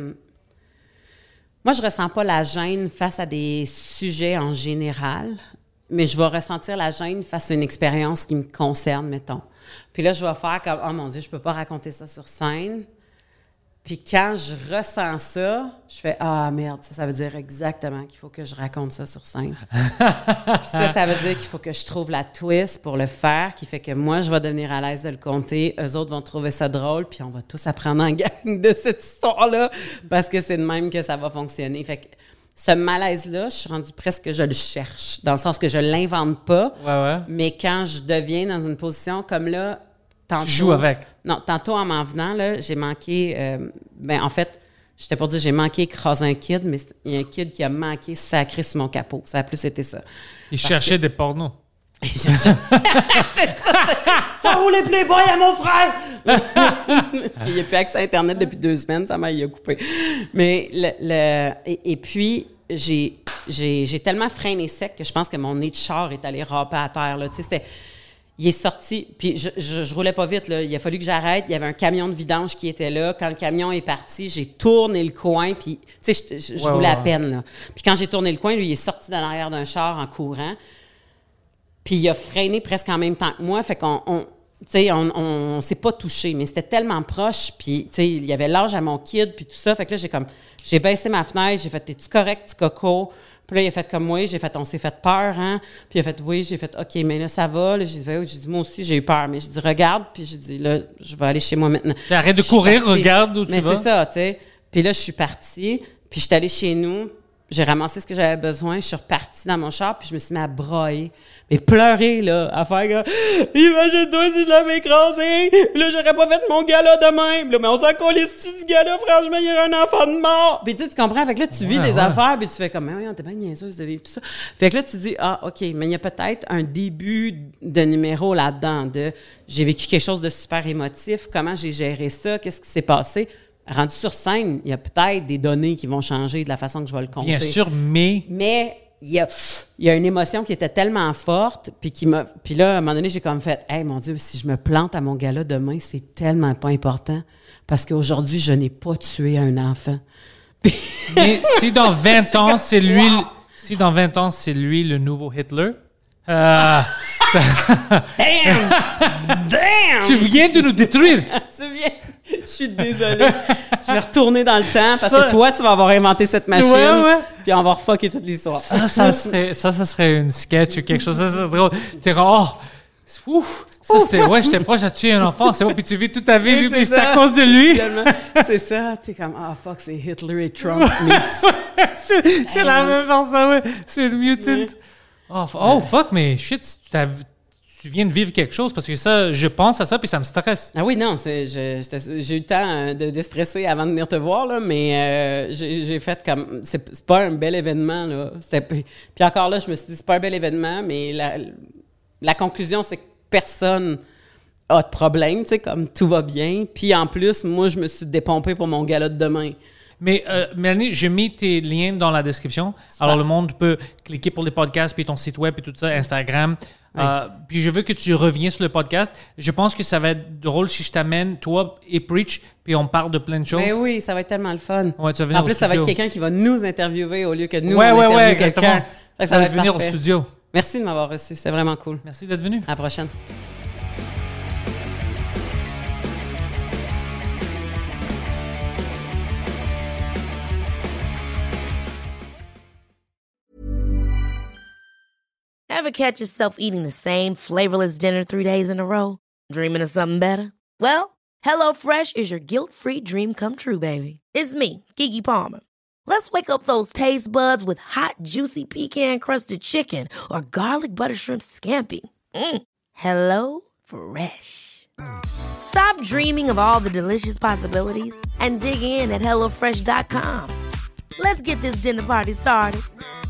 Speaker 4: moi, je ressens pas la gêne face à des sujets en général. Mais je vais ressentir la gêne face à une expérience qui me concerne, mettons. Puis là, je vais faire comme, oh mon Dieu, je peux pas raconter ça sur scène. Puis quand je ressens ça, je fais, merde, ça veut dire exactement qu'il faut que je raconte ça sur scène. Puis ça veut dire qu'il faut que je trouve la twist pour le faire, qui fait que moi, je vais devenir à l'aise de le compter. Eux autres vont trouver ça drôle, puis on va tous apprendre en gang de cette histoire-là, parce que c'est de même que ça va fonctionner. Fait que ce malaise-là, je suis rendue presque que je le cherche, dans le sens que je ne l'invente pas, mais quand je deviens dans une position comme là, tantôt...
Speaker 3: Tu joues avec.
Speaker 4: Non, tantôt en m'en venant, là, j'ai manqué... en fait, j'étais pour dire j'ai manqué écraser un kid, mais il y a un kid qui a manqué sacré sur mon capot. Ça a plus été ça.
Speaker 3: Il cherchait des pornos.
Speaker 4: C'est ça roule les Playboy à mon frère! Il n'y a plus accès à Internet depuis 2 semaines, ça m'a coupé. Mais et puis, j'ai tellement freiné sec que je pense que mon nez de char est allé râper à terre. Là. Tu sais, il est sorti, puis je roulais pas vite. Là. Il a fallu que j'arrête. Il y avait un camion de vidange qui était là. Quand le camion est parti, j'ai tourné le coin, puis tu sais, je roulais à peine. Là. Puis quand j'ai tourné le coin, lui, il est sorti dans l'arrière d'un char en courant. Puis il a freiné presque en même temps que moi. Fait qu'on s'est pas touché, mais c'était tellement proche. Puis, tu sais, il y avait l'âge à mon kid, puis tout ça. Fait que là, j'ai baissé ma fenêtre, j'ai fait « T'es-tu correct, petit coco? » Puis là, il a fait comme moi, j'ai fait « On s'est fait peur, hein? » Puis il a fait « Oui. » J'ai fait « OK, mais là, ça va. » Là, j'ai dit « Moi aussi, j'ai eu peur. » Mais j'ai dit « Regarde. » Puis j'ai dit « Là, je vais aller chez moi maintenant. »
Speaker 3: Arrête de courir, regarde où tu vas.
Speaker 4: Mais c'est ça, tu sais. Puis là, je suis partie, puis je suis allée chez nous. j'ai ramassé ce que j'avais besoin, je suis repartie dans mon char, puis je me suis mis à brailler. Mais pleurer, là, à faire « Imagine-toi si je l'avais écrasé! Là, j'aurais pas fait mon gala de même! Là, mais on s'en calisse-tu du gala? Franchement, il y a un enfant de mort! » Puis tu comprends? Fait que là, tu vis des affaires, puis tu fais comme « Mais oui, on t'es bien niaiseuse de vivre tout ça. » Fait que là, tu dis « Ah, OK, mais il y a peut-être un début de numéro là-dedans, de j'ai vécu quelque chose de super émotif, comment j'ai géré ça, qu'est-ce qui s'est passé? » Rendu sur scène, il y a peut-être des données qui vont changer de la façon que je vais le compter.
Speaker 3: Bien sûr, mais
Speaker 4: il y a une émotion qui était tellement forte, puis là, à un moment donné, j'ai comme fait « Hey, mon Dieu, si je me plante à mon gala demain, c'est tellement pas important, parce qu'aujourd'hui, je n'ai pas tué un enfant. »
Speaker 3: Mais si dans 20 ans, c'est lui... Si dans 20 ans, c'est lui le nouveau Hitler...
Speaker 4: Damn!
Speaker 3: Tu viens de nous détruire!
Speaker 4: Je suis désolée. Je vais retourner dans le temps parce que toi, tu vas avoir inventé cette machine. Puis on va refucker toute l'histoire.
Speaker 3: Ça serait une sketch ou quelque chose. Ça serait drôle. T'es ouf! Ça, c'était... Ouais, j'étais proche à tuer un enfant. C'est bon. Puis tu vis toute ta vie, puis c'est à cause de lui.
Speaker 4: C'est ça. T'es comme, fuck, c'est Hitler et Trump meets.
Speaker 3: c'est la même personne, ouais. C'est le mutant. Oh, fuck, mais shit, tu viens de vivre quelque chose parce que ça, je pense à ça puis ça me stresse.
Speaker 4: Ah oui, non, j'ai eu le temps de déstresser avant de venir te voir, là, mais j'ai fait comme... C'est pas un bel événement, là. Puis encore là, je me suis dit, c'est pas un bel événement, mais la conclusion, c'est que personne a de problème, tu sais, comme tout va bien. Puis en plus, moi, je me suis dépompée pour mon gala de demain.
Speaker 3: Mais Mélanie, j'ai mis tes liens dans la description. Super. Alors, le monde peut cliquer pour les podcasts, puis ton site web, et tout ça, Instagram. Oui. Puis je veux que tu reviennes sur le podcast. Je pense que ça va être drôle si je t'amène, toi et Preach, puis on parle de plein de choses.
Speaker 4: Mais oui, ça va être tellement le fun.
Speaker 3: Ouais, tu vas venir
Speaker 4: en plus, ça va être quelqu'un qui va nous interviewer au lieu que nous,
Speaker 3: on
Speaker 4: interviewe
Speaker 3: quelqu'un. Ça va venir
Speaker 4: parfait.
Speaker 3: au studio.
Speaker 4: Merci de m'avoir reçu. C'est vraiment cool.
Speaker 3: Merci d'être venu.
Speaker 4: À la prochaine.
Speaker 1: Ever catch yourself eating the same flavorless dinner 3 days in a row? Dreaming of something better? Well, HelloFresh is your guilt-free dream come true, baby. It's me, Keke Palmer. Let's wake up those taste buds with hot, juicy pecan-crusted chicken or garlic butter shrimp scampi. Hello Fresh. Stop dreaming of all the delicious possibilities and dig in at HelloFresh.com. Let's get this dinner party started.